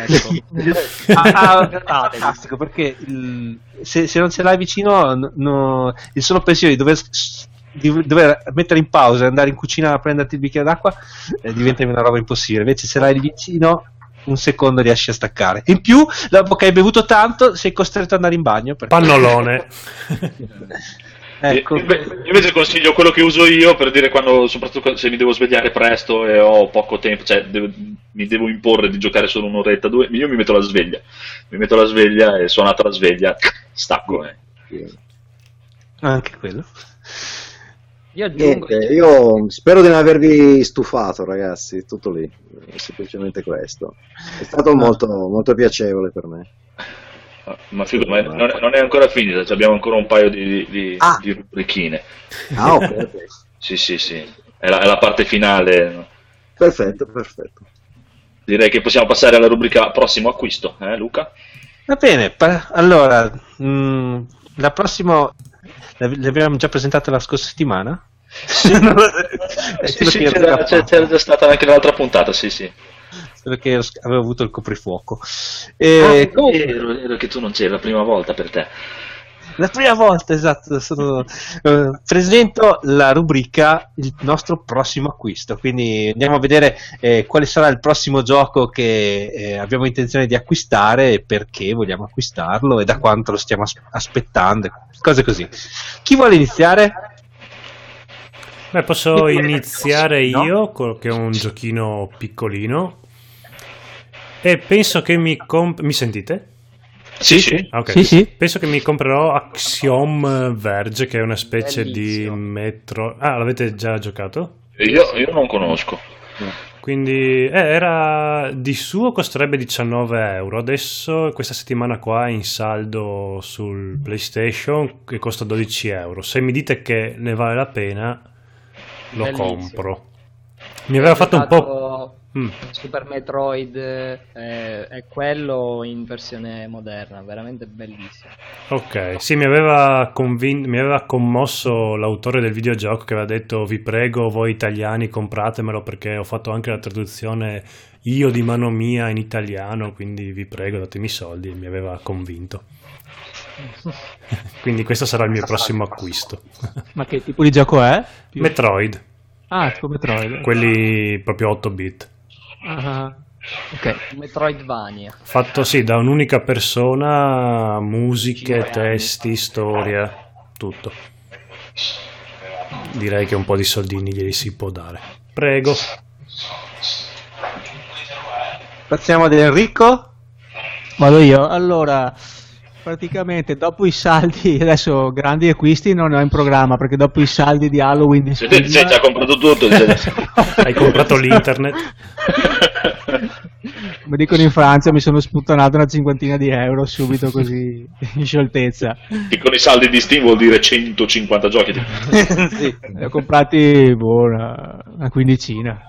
Fantastico, perché se non ce l'hai vicino, il solo pensiero di dover mettere in pausa e andare in cucina a prenderti il bicchiere d'acqua diventa una roba impossibile. Invece se l'hai vicino, un secondo riesci a staccare. In più, dopo che hai bevuto tanto, sei costretto ad andare in bagno. Pannolone. Ecco. Invece consiglio quello che uso io per dire soprattutto se mi devo svegliare presto e ho poco tempo, cioè mi devo imporre di giocare solo un'oretta, 2, io mi metto la sveglia e suonata la sveglia, stacco. Anche quello. Io spero di non avervi stufato, ragazzi, tutto lì, semplicemente questo. È stato molto, molto piacevole per me. Ma non è ancora finita, abbiamo ancora un paio di rubrichine. Ok. Sì, è la parte finale. Perfetto. Direi che possiamo passare alla rubrica prossimo acquisto, Luca? Va bene, allora, la prossima l'abbiamo già presentata la scorsa settimana? Sì, c'era già stata anche l'altra puntata, sì. Perché avevo avuto il coprifuoco. Era che tu non c'eri la prima volta per te. La prima volta, esatto, presento la rubrica il nostro prossimo acquisto, quindi andiamo a vedere quale sarà il prossimo gioco che abbiamo intenzione di acquistare e perché vogliamo acquistarlo e da quanto lo stiamo aspettando, cose così. Chi vuole iniziare? Beh, posso iniziare No? io, che è un giochino piccolino. E penso che mi sentite? Sì. Ok. Sì. Penso che mi comprerò Axiom Verge, che è una specie Bellissimo. di metro. Ah, l'avete già giocato? Io non conosco. Quindi era di suo costerebbe 19 euro. Adesso questa settimana qua è in saldo sul PlayStation che costa 12 euro. Se mi dite che ne vale la pena, lo Bellissimo. compro. Mi aveva fatto un po'. Super Metroid è quello in versione moderna, veramente bellissimo. Ok, sì, mi aveva commosso l'autore del videogioco che aveva detto: vi prego voi italiani compratemelo, perché ho fatto anche la traduzione io di mano mia in italiano, quindi vi prego datemi i soldi, e mi aveva convinto. Quindi questo sarà il mio prossimo acquisto. Ma che tipo di gioco è? Metroid, Ah, tipo Metroid. quelli proprio 8 bit. Ah, ok. Metroidvania. Fatto sì da un'unica persona, musiche, 5 anni. testi, storia, tutto. Direi che un po' di soldini glieli si può dare. Prego. Passiamo ad Enrico. Vado io. Allora, praticamente dopo i saldi, adesso grandi acquisti non ho in programma, perché dopo i saldi di Halloween di Se hai già comprato tutto, Hai comprato l'internet? come dicono in Francia, mi sono sputtanato una cinquantina di euro subito così in scioltezza. che con i saldi di Steam vuol dire 150 giochi. Sì. Ne ho comprati una quindicina.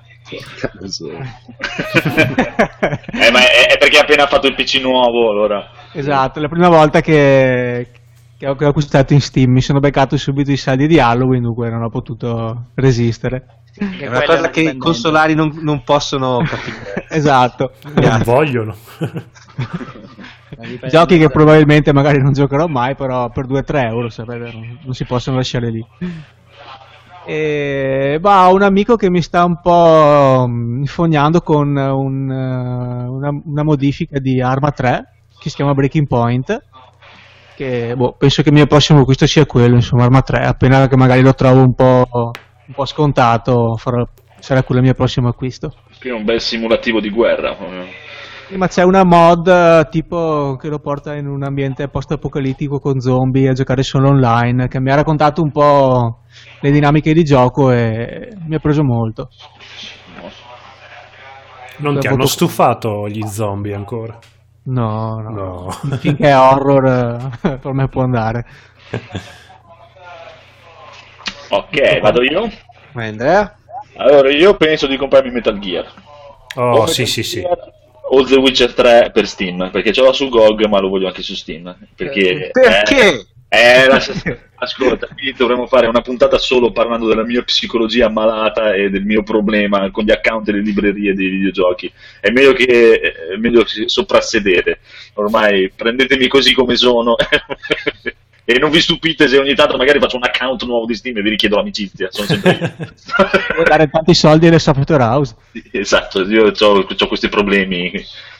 Ma è perché ha appena fatto il PC nuovo, allora. Esatto, è la prima volta che ho acquistato in Steam, mi sono beccato subito i saldi di Halloween, dunque non ho potuto resistere. È una cosa che i consolari non possono capire. Esatto. Non vogliono. Giochi che probabilmente magari non giocherò mai, però per 2-3 euro sapete, non si possono lasciare lì. E un amico che mi sta un po' infognando con una modifica di Arma 3 che si chiama Breaking Point, che penso che il mio prossimo acquisto sia quello, insomma, Arma 3, appena che magari lo trovo un po' scontato sarà quello il mio prossimo acquisto. Qui è un bel simulativo di guerra. Ma c'è una mod tipo che lo porta in un ambiente post-apocalittico con zombie a giocare solo online, che mi ha raccontato un po' le dinamiche di gioco e mi ha preso molto. Non ti hanno stufato gli zombie ancora? No. Finché è horror per me può andare. Ok, vado io. Andrea? Allora, io penso di comprarmi Metal Gear. Oh, O sì. Metal Gear O The Witcher 3 per Steam, perché ce l'ho su GOG, ma lo voglio anche su Steam. Perché? Ascolta, qui dovremmo fare una puntata solo parlando della mia psicologia malata e del mio problema con gli account delle librerie dei videogiochi. È meglio che soprassedere. Ormai prendetemi così come sono. E non vi stupite se ogni tanto magari faccio un account nuovo di Steam e vi richiedo l'amicizia. Sono sempre io. Vuoi dare tanti soldi alle software house? Esatto, io ho questi problemi.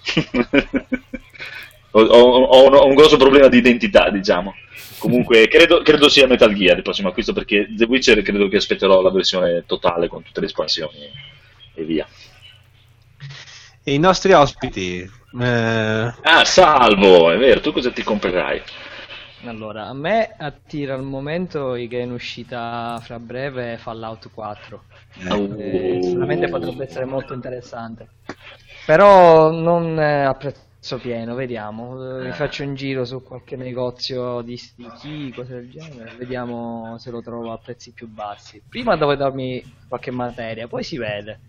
ho un grosso problema di identità, diciamo. Comunque credo sia Metal Gear il prossimo acquisto, perché The Witcher credo che aspetterò la versione totale con tutte le espansioni e via. E i nostri ospiti? Salvo, è vero, tu cosa ti comprerai? Allora, a me attira al momento che è in uscita fra breve Fallout 4. Sicuramente potrebbe essere molto interessante. Però non a prezzo pieno, vediamo. Mi faccio un giro su qualche negozio di sticky, cose del genere, vediamo se lo trovo a prezzi più bassi. Prima devo darmi qualche materia, poi si vede.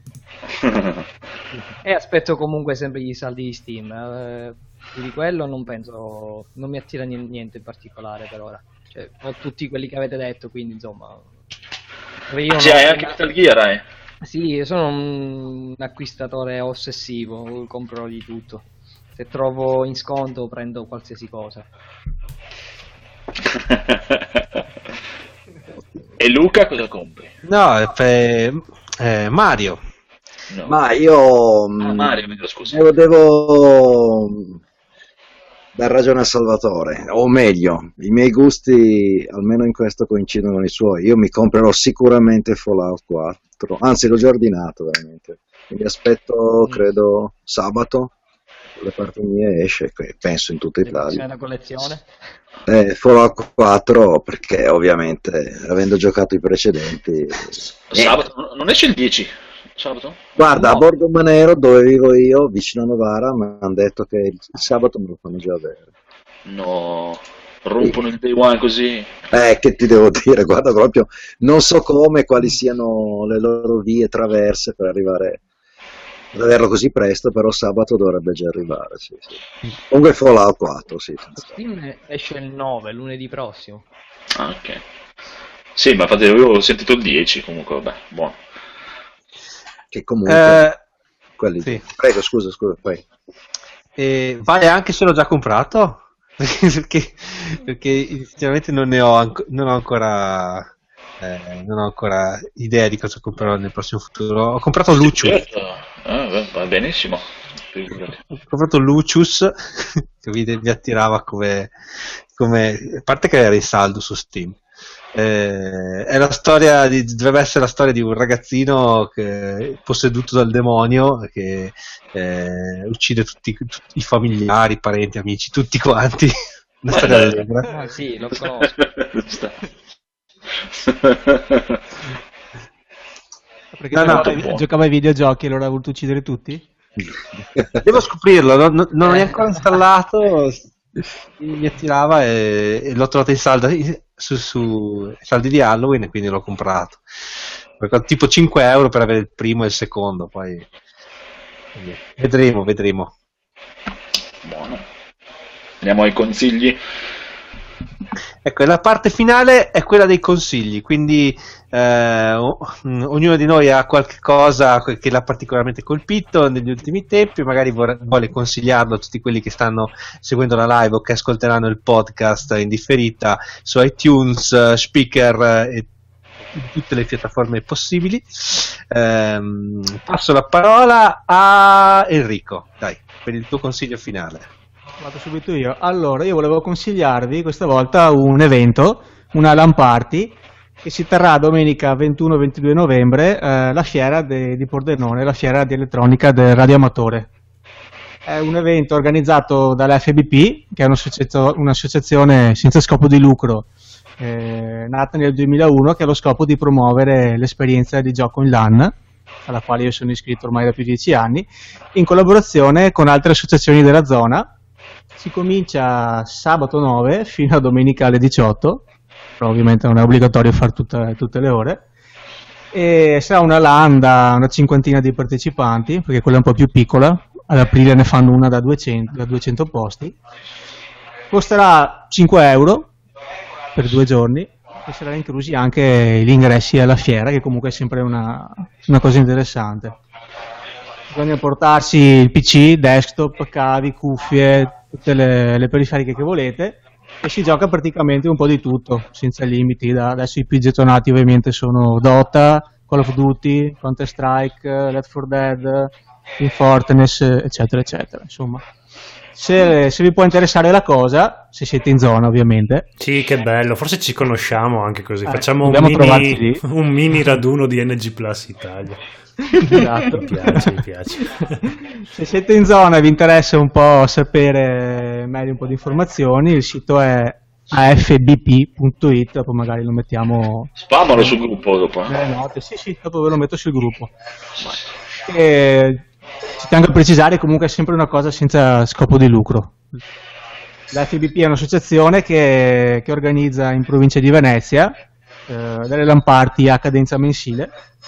E aspetto comunque sempre gli saldi di Steam. Più di quello non penso, non mi attira niente in particolare per ora. Cioè, ho tutti quelli che avete detto, quindi insomma. Hai anche Metal Gear, Sì, io sono un acquistatore ossessivo, compro di tutto. Se trovo in sconto prendo qualsiasi cosa. E Luca cosa compri? No, Mario. No. Ma io Mario, mi scusi. devo dar ragione a Salvatore, o meglio, i miei gusti, almeno in questo, coincidono con i suoi. Io mi comprerò sicuramente Fallout 4, anzi l'ho già ordinato veramente. Mi aspetto, credo, sabato, le parti mie esce, penso in tutta Italia. La collezione. Fallout 4 perché ovviamente avendo giocato i precedenti Sabato, non esce il 10? Sabato? guarda, No. a Borgo Manero dove vivo io vicino a Novara mi hanno detto che il sabato me lo fanno già avere. No, rompono il day one così. Che ti devo dire, guarda, proprio non so come, quali siano le loro vie traverse per arrivare ad averlo così presto, però sabato dovrebbe già arrivare, sì. Comunque Fallout 4, sì. Steam esce il 9, lunedì prossimo. Ah, ok. Sì, ma infatti io ho sentito il 10, comunque vabbè, buono. Che comunque Eh, quelli. sì. Prego, scusa, poi. Vale anche se l'ho già comprato? Perché sinceramente non ho ancora idea di cosa comprerò nel prossimo futuro. Ho comprato Lucius. Certo. Va benissimo. Ho comprato Lucius che mi attirava come a parte che era in saldo su Steam. È la storia dovrebbe essere la storia di un ragazzino posseduto dal demonio che uccide tutti i familiari, i parenti, amici, tutti quanti. Una storia allegra. Ah, sì, lo conosco. Perché No, giocava ai videogiochi e allora ha voluto uccidere tutti? Devo scoprirlo, non l'ho neanche installato, mi attirava e l'ho trovato in saldo su saldi di Halloween e quindi l'ho comprato. Perché tipo 5 euro per avere il primo e il secondo, poi vedremo. Buono. Andiamo ai consigli. Ecco, la parte finale è quella dei consigli, quindi ognuno di noi ha qualche cosa che l'ha particolarmente colpito negli ultimi tempi, magari vuole consigliarlo a tutti quelli che stanno seguendo la live o che ascolteranno il podcast in differita su iTunes, Speaker e tutte le piattaforme possibili. Passo la parola a Enrico, dai, per il tuo consiglio finale. Vado subito io. Allora, io volevo consigliarvi questa volta un evento, una LAN party, che si terrà domenica 21-22 novembre, la fiera di Pordenone, la fiera di elettronica del radioamatore. È un evento organizzato dall'FBP, che è un'associazione senza scopo di lucro, nata nel 2001, che ha lo scopo di promuovere l'esperienza di gioco in LAN, alla quale io sono iscritto ormai da più di 10 anni, in collaborazione con altre associazioni della zona. Si comincia sabato 9 fino a domenica alle 18, però ovviamente non è obbligatorio fare tutte le ore, e sarà una LAN da una cinquantina di partecipanti, perché quella è un po' più piccola, ad aprile ne fanno una da 200 posti, costerà 5 euro per 2 giorni e saranno inclusi anche gli ingressi alla fiera, che comunque è sempre una cosa interessante. Bisogna portarsi il PC, desktop, cavi, cuffie, tutte le periferiche che volete, e si gioca praticamente un po' di tutto, senza limiti. Adesso i più gettonati ovviamente sono Dota, Call of Duty, Counter Strike, Left 4 Dead, Team Fortress, eccetera eccetera. Insomma, se vi può interessare la cosa, se siete in zona ovviamente. Sì, che bello, forse ci conosciamo anche così, facciamo dobbiamo trovarci lì. un mini raduno di NG Plus Italia. Esatto. Mi piace. Se siete in zona e vi interessa un po' sapere meglio un po' di informazioni, il sito è afbp.it, dopo magari lo mettiamo Spammalo sul gruppo dopo. nelle note. Sì, dopo ve lo metto sul gruppo. E ci tengo a precisare, comunque è sempre una cosa senza scopo di lucro. La FBP è un'associazione che organizza in provincia di Venezia delle LAN party a cadenza mensile.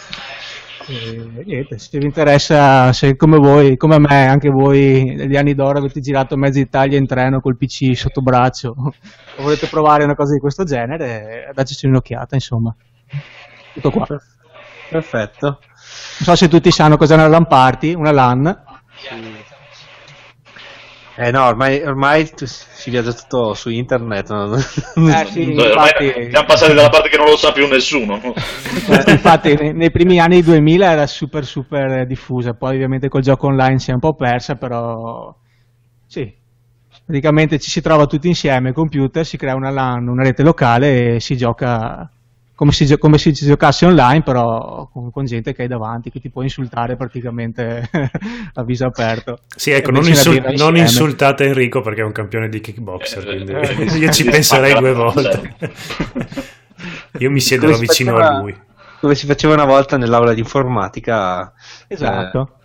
E niente, se vi interessa, se come voi, come me, anche voi negli anni d'oro avete girato mezza Italia in treno col PC sotto braccio o volete provare una cosa di questo genere, dateci un'occhiata, insomma. Tutto qua. Perfetto. Non so se tutti sanno cos'è una LAN party, una LAN. No, ormai si viaggia tutto su internet. No? Sì, infatti, Siamo passati dalla parte che non lo sa più nessuno. infatti nei primi anni 2000 era super diffusa, poi ovviamente col gioco online si è un po' persa, però sì, praticamente ci si trova tutti insieme, computer, si crea una LAN, una rete locale e si gioca come se si giocasse online, però con gente che hai davanti, che ti può insultare praticamente a viso aperto. Sì, ecco, E non, invece la birra non insieme. insultate Enrico perché è un campione di kickboxer, quindi io ci penserei 2 volte. Io mi siederò Come si vicino faceva- a lui. Come si faceva una volta nell'aula di informatica. Esatto.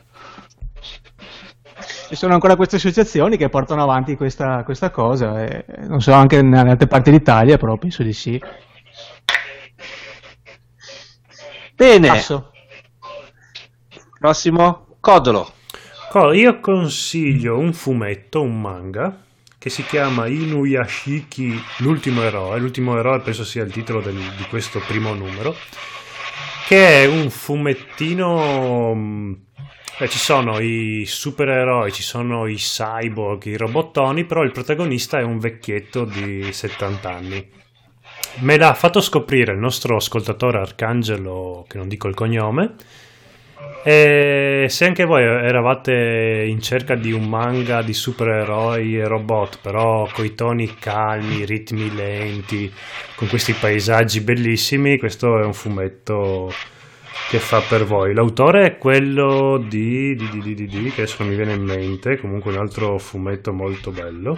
Ci sono ancora queste associazioni che portano avanti questa cosa, e non so anche nelle altre parti d'Italia, però penso di sì. Bene, Passo. prossimo, Codolo. Io consiglio un fumetto, un manga, che si chiama Inuyashiki, l'ultimo eroe. L'ultimo eroe penso sia il titolo di questo primo numero, che è un fumettino. Ci sono i supereroi, ci sono i cyborg, i robottoni, però il protagonista è un vecchietto di 70 anni. Me l'ha fatto scoprire il nostro ascoltatore Arcangelo, che non dico il cognome. E se anche voi eravate in cerca di un manga di supereroi e robot, però coi toni calmi, ritmi lenti, con questi paesaggi bellissimi, questo è un fumetto che fa per voi. L'autore è quello che adesso non mi viene in mente, comunque un altro fumetto molto bello.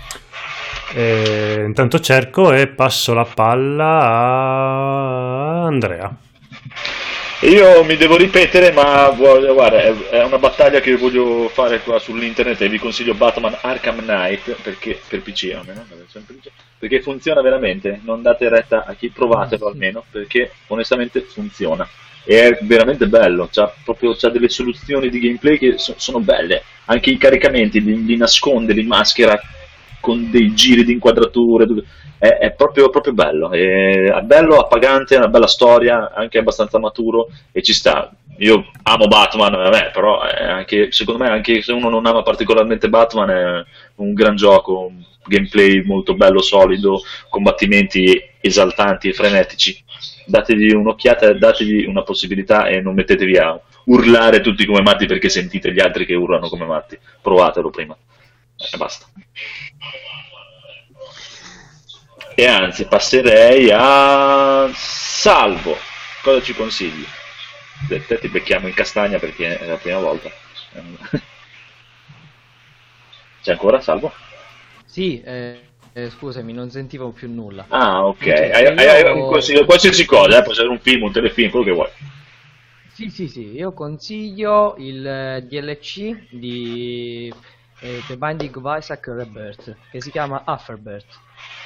Intanto cerco e passo la palla a Andrea. Io mi devo ripetere, ma guarda, è una battaglia che voglio fare qua sull'internet e vi consiglio Batman Arkham Knight, perché per PC almeno, perché funziona veramente, non date retta a chi, provatelo almeno, perché onestamente funziona. E è veramente bello, c'ha delle soluzioni di gameplay che sono belle, anche i caricamenti li nasconde, li maschera con dei giri di inquadrature, è proprio bello, è bello, appagante, è una bella storia, anche abbastanza maturo e ci sta. Io amo Batman, però secondo me anche se uno non ama particolarmente Batman è un gran gioco, un gameplay molto bello, solido, combattimenti esaltanti e frenetici. Datevi un'occhiata, datevi una possibilità e non mettetevi a urlare tutti come matti perché sentite gli altri che urlano come matti. Provatelo prima e basta. E anzi, passerei a Salvo. Cosa ci consigli? Te ti becchiamo in castagna perché è la prima volta. C'è ancora Salvo? Sì, scusami, non sentivo più nulla. Ah, ok. Cioè, Hai un consiglio, qualsiasi cosa, può essere un film, un telefilm, quello che vuoi. Sì, io consiglio il DLC di The Binding of Isaac Rebirth, che si chiama Afterbirth.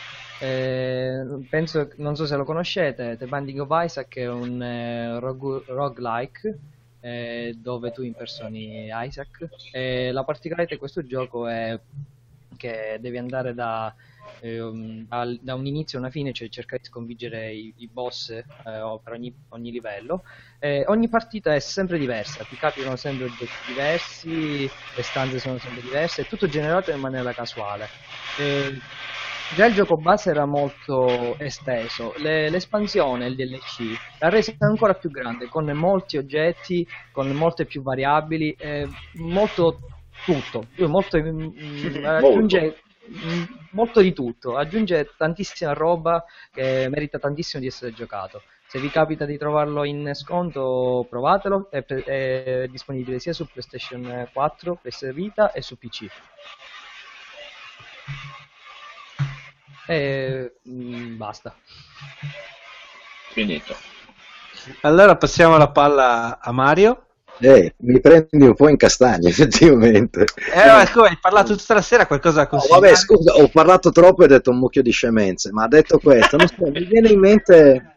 Non so se lo conoscete. The Binding of Isaac è un roguelike dove tu impersoni Isaac. La particolarità di questo gioco è che devi andare da un inizio a una fine, cioè cercare di sconfiggere i boss per ogni livello. Ogni partita è sempre diversa, ti capitano sempre oggetti diversi, le stanze sono sempre diverse, è tutto generato in maniera casuale. Già il gioco base era molto esteso, l'espansione, il DLC, l'ha resa ancora più grande, con molti oggetti, con molte più variabili, molto tutto, aggiunge molto di tutto, aggiunge tantissima roba che merita tantissimo di essere giocato. Se vi capita di trovarlo in sconto, provatelo, è disponibile sia su PlayStation 4, PS Vita e su PC. E basta. Finito. Allora passiamo la palla a Mario. Mi prendi un po' in castagna, effettivamente. Come hai parlato tutta la sera, qualcosa a consigliare? Vabbè, scusa, ho parlato troppo e ho detto un mucchio di scemenze, ma detto questo, non so, mi viene in mente,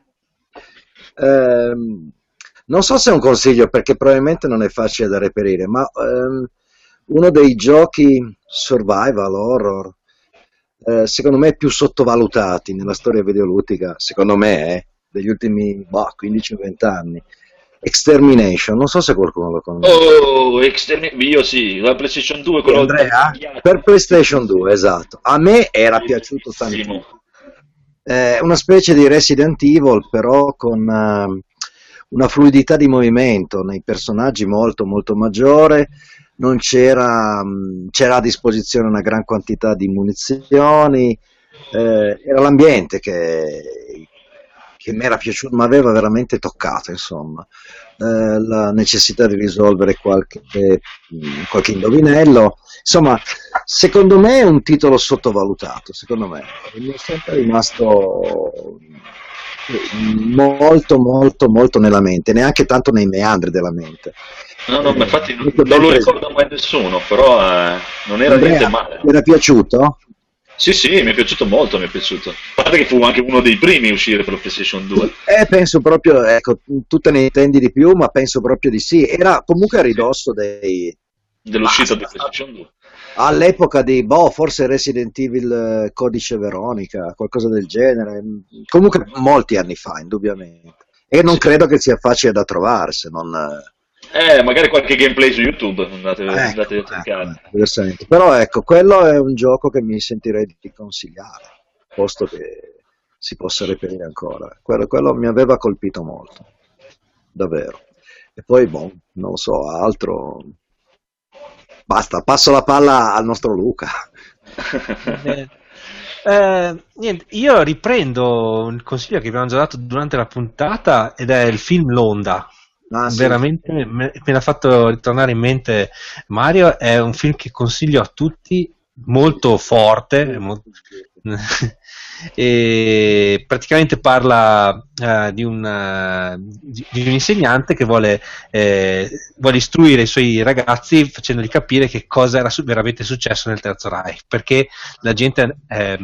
non so se è un consiglio perché probabilmente non è facile da reperire, ma uno dei giochi survival, horror, secondo me più sottovalutati nella storia videoludica, secondo me, degli ultimi 15-20 anni, Extermination, non so se qualcuno lo conosce. Io sì, la PlayStation 2 con Andrea? Per PlayStation 2, esatto. A me era piaciuto tantissimo. Una specie di Resident Evil, però con una fluidità di movimento nei personaggi molto molto maggiore. Non c'era a disposizione una gran quantità di munizioni, era l'ambiente che mi era piaciuto, mi aveva veramente toccato, insomma, la necessità di risolvere qualche indovinello, insomma, secondo me è un titolo sottovalutato, secondo me, mi è sempre rimasto molto molto molto nella mente, neanche tanto nei meandri della mente. No, ma infatti non lo ricordo mai nessuno, però non era niente male. Ti era piaciuto? Sì, mi è piaciuto molto, mi è piaciuto. A parte che fu anche uno dei primi a uscire per la PlayStation 2. Penso proprio, ecco, tu te ne intendi di più, ma penso proprio di sì. Era comunque a ridosso dell'uscita di PlayStation 2. All'epoca di, forse Resident Evil Codice Veronica, qualcosa del genere. Comunque molti anni fa, indubbiamente. E non credo che sia facile da trovare, se non... magari qualche gameplay su YouTube, andate a cercare. Però ecco, quello è un gioco che mi sentirei di consigliare, posto che si possa reperire ancora. Quello mi aveva colpito molto, davvero. E poi, non lo so, altro... Basta, passo la palla al nostro Luca. Niente, io riprendo un consiglio che abbiamo già dato durante la puntata ed è il film L'Onda. Sì. Veramente me l'ha fatto ritornare in mente Mario. È un film che consiglio a tutti, molto forte, e praticamente parla di un insegnante che vuole istruire i suoi ragazzi facendogli capire che cosa era veramente successo nel Terzo Reich, perché la gente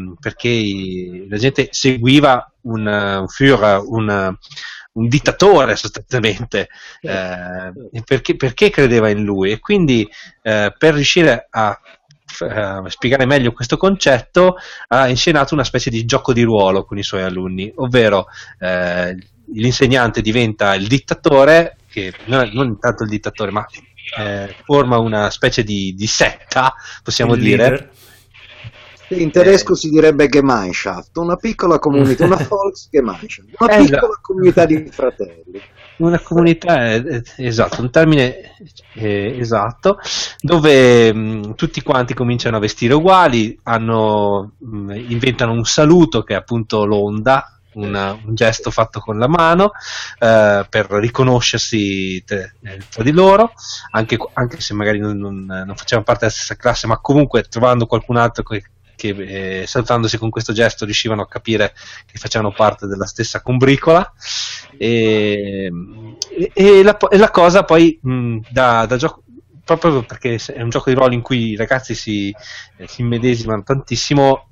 seguiva un Führer, un dittatore sostanzialmente, perché credeva in lui, e quindi per riuscire a spiegare meglio questo concetto ha inscenato una specie di gioco di ruolo con i suoi alunni, ovvero l'insegnante diventa il dittatore, che non tanto il dittatore, ma forma una specie di setta, possiamo dire. Leader. In tedesco si direbbe Gemeinschaft, una piccola comunità, una Volksgemeinschaft, una piccola comunità di fratelli. Una comunità, esatto, un termine esatto, dove tutti quanti cominciano a vestire uguali, inventano un saluto che è appunto l'onda, un gesto fatto con la mano per riconoscersi tra di loro, anche se magari non facevano parte della stessa classe, ma comunque trovando qualcun altro che salutandosi con questo gesto riuscivano a capire che facevano parte della stessa combricola, e la cosa poi da gioco, proprio perché è un gioco di ruolo in cui i ragazzi si immedesimano tantissimo,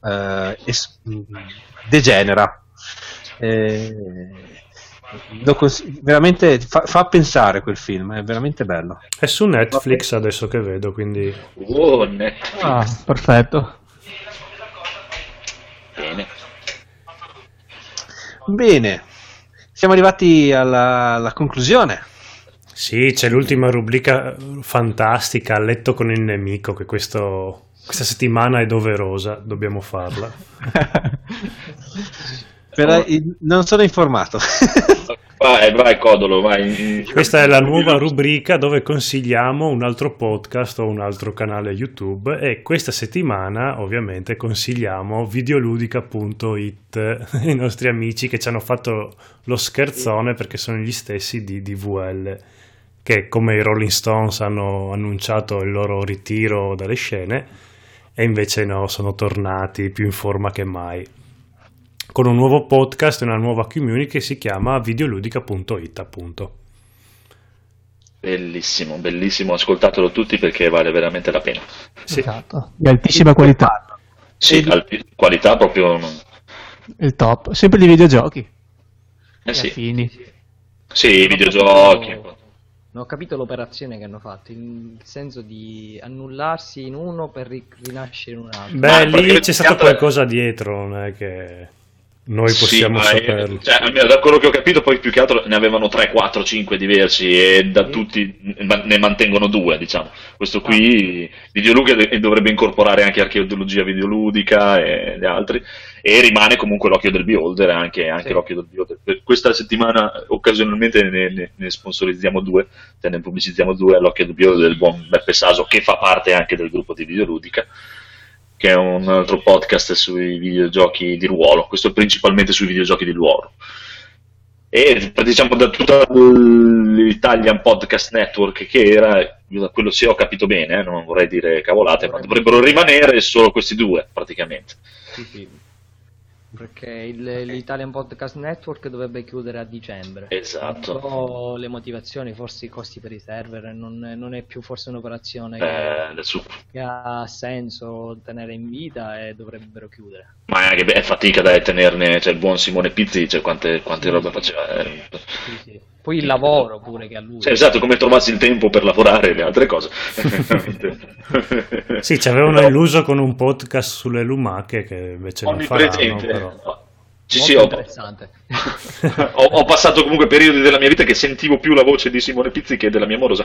degenera. Veramente fa pensare quel film, è veramente bello. È su Netflix adesso che vedo, quindi Netflix. Perfetto. Bene, siamo arrivati alla conclusione. Sì, c'è l'ultima rubrica fantastica, a letto con il nemico, che questa settimana è doverosa, dobbiamo farla. Non sono informato. Vai Codolo, vai. Questa è la nuova rubrica dove consigliamo un altro podcast o un altro canale YouTube, e questa settimana ovviamente consigliamo videoludica.it, i nostri amici che ci hanno fatto lo scherzone perché sono gli stessi di DVL, che come i Rolling Stones hanno annunciato il loro ritiro dalle scene, e invece no, sono tornati più in forma che mai, con un nuovo podcast e una nuova community che si chiama videoludica.it, appunto. Bellissimo, bellissimo, ascoltatelo tutti perché vale veramente la pena. Sì. Esatto. Di altissima qualità. Sì, qualità proprio... Il top, sempre di videogiochi. Sì. Affini. Sì, videogiochi. Non ho capito l'operazione che hanno fatto, il senso di annullarsi in uno per rinascere in un altro. Beh, lì c'è stato qualcosa dietro, non è che... Noi possiamo saperlo. Cioè, almeno da quello che ho capito, poi più che altro ne avevano 3, 4, 5 diversi e da tutti ne mantengono 2, diciamo. Questo qui, Videoluga, dovrebbe incorporare anche archeologia videoludica e gli altri, e rimane comunque l'occhio del beholder, anche l'occhio del beholder. Per questa settimana occasionalmente ne sponsorizziamo 2, ne pubblicizziamo 2, all'occhio del beholder del buon Beppe Saso, che fa parte anche del gruppo di Videoludica, che è un altro podcast sui videogiochi di ruolo, questo principalmente sui videogiochi di ruolo. E diciamo da tutta l'Italian Podcast Network che era, da quello sì ho capito bene, non vorrei dire cavolate, ma dovrebbero rimanere solo questi 2 praticamente. Sì. Perché l'Italian Podcast Network dovrebbe chiudere a dicembre. Esatto. Non so le motivazioni, forse i costi per i server, non è più forse un'operazione che ha senso tenere in vita e dovrebbero chiudere. Ma anche è fatica da tenerne, cioè il buon Simone Pizzi, cioè quante robe faceva. Sì. Poi il lavoro pure che a lui. Cioè, esatto, come trovarsi il tempo per lavorare e le altre cose. Sì, ci avevano illuso con un podcast sulle lumache che invece non faranno, però. Sì, interessante. Ho passato comunque periodi della mia vita che sentivo più la voce di Simone Pizzi che della mia morosa.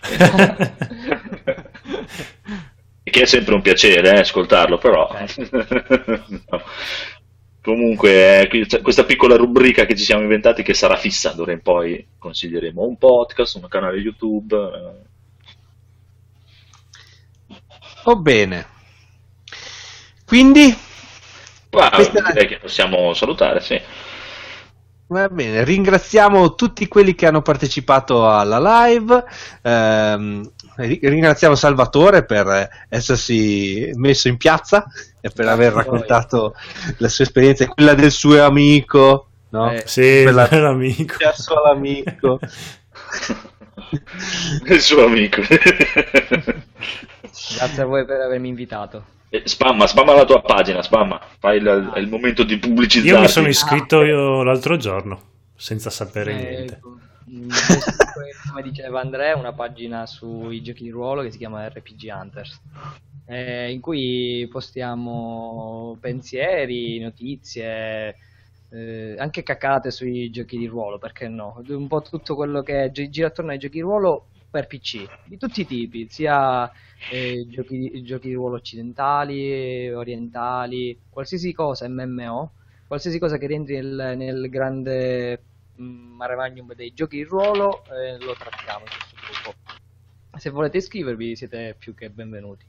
Che è sempre un piacere ascoltarlo, però. No. Comunque, questa piccola rubrica che ci siamo inventati, che sarà fissa, d'ora in poi consiglieremo un podcast, un canale YouTube. Va bene. Quindi direi che possiamo salutare, sì. Va bene, ringraziamo tutti quelli che hanno partecipato alla live, ringraziamo Salvatore per essersi messo in piazza e per aver raccontato la sua esperienza e quella del suo amico, no? Sì, l'amico. Il suo amico. Il suo amico. Grazie a voi per avermi invitato. Spamma la tua pagina, fai il momento di pubblicizzarti. Io mi sono iscritto l'altro giorno senza sapere niente. Come diceva Andrea, una pagina sui giochi di ruolo che si chiama RPG Hunters, in cui postiamo pensieri, notizie, anche caccate sui giochi di ruolo, perché no, un po' tutto quello che gira attorno ai giochi di ruolo per PC di tutti i tipi, sia giochi di ruolo occidentali, orientali, qualsiasi cosa, MMO, qualsiasi cosa che rientri nel grande mare magnum dei giochi di ruolo, lo trattiamo in questo gruppo. Se volete iscrivervi siete più che benvenuti.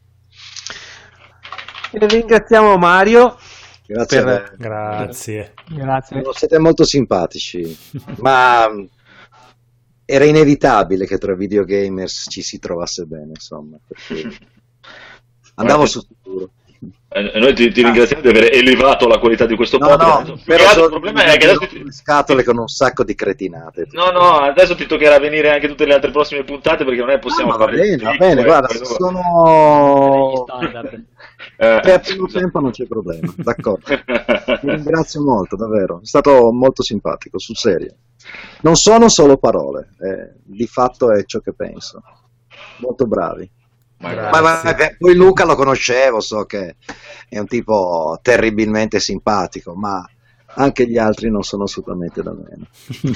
E ringraziamo Mario. Grazie. Siete molto simpatici, ma era inevitabile che tra videogamers ci si trovasse bene, insomma, perché andavo su sicuro. Noi ti ringraziamo di aver elevato la qualità di questo podcast. No, però il problema è che adesso scatole con un sacco di cretinate. No, adesso ti toccherà venire anche tutte le altre prossime puntate, perché non è possiamo fare. Va bene, guarda, sono per primo tempo non c'è problema, d'accordo. Ti ringrazio molto, davvero, è stato molto simpatico, sul serio. Non sono solo parole, di fatto è ciò che penso. Molto bravi. Ma poi Luca lo conoscevo, so che è un tipo terribilmente simpatico, ma anche gli altri non sono assolutamente da meno.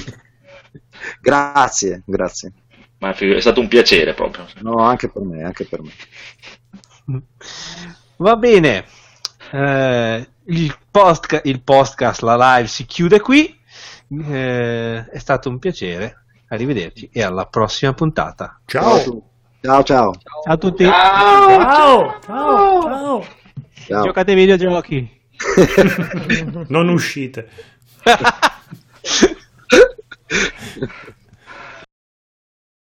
Grazie. Ma è stato un piacere proprio. No, anche per me. Va bene, il podcast, la live si chiude qui, è stato un piacere, arrivederci e alla prossima puntata. Ciao Ciao a tutti. Ciao. Giocate ai videogiochi. Non uscite.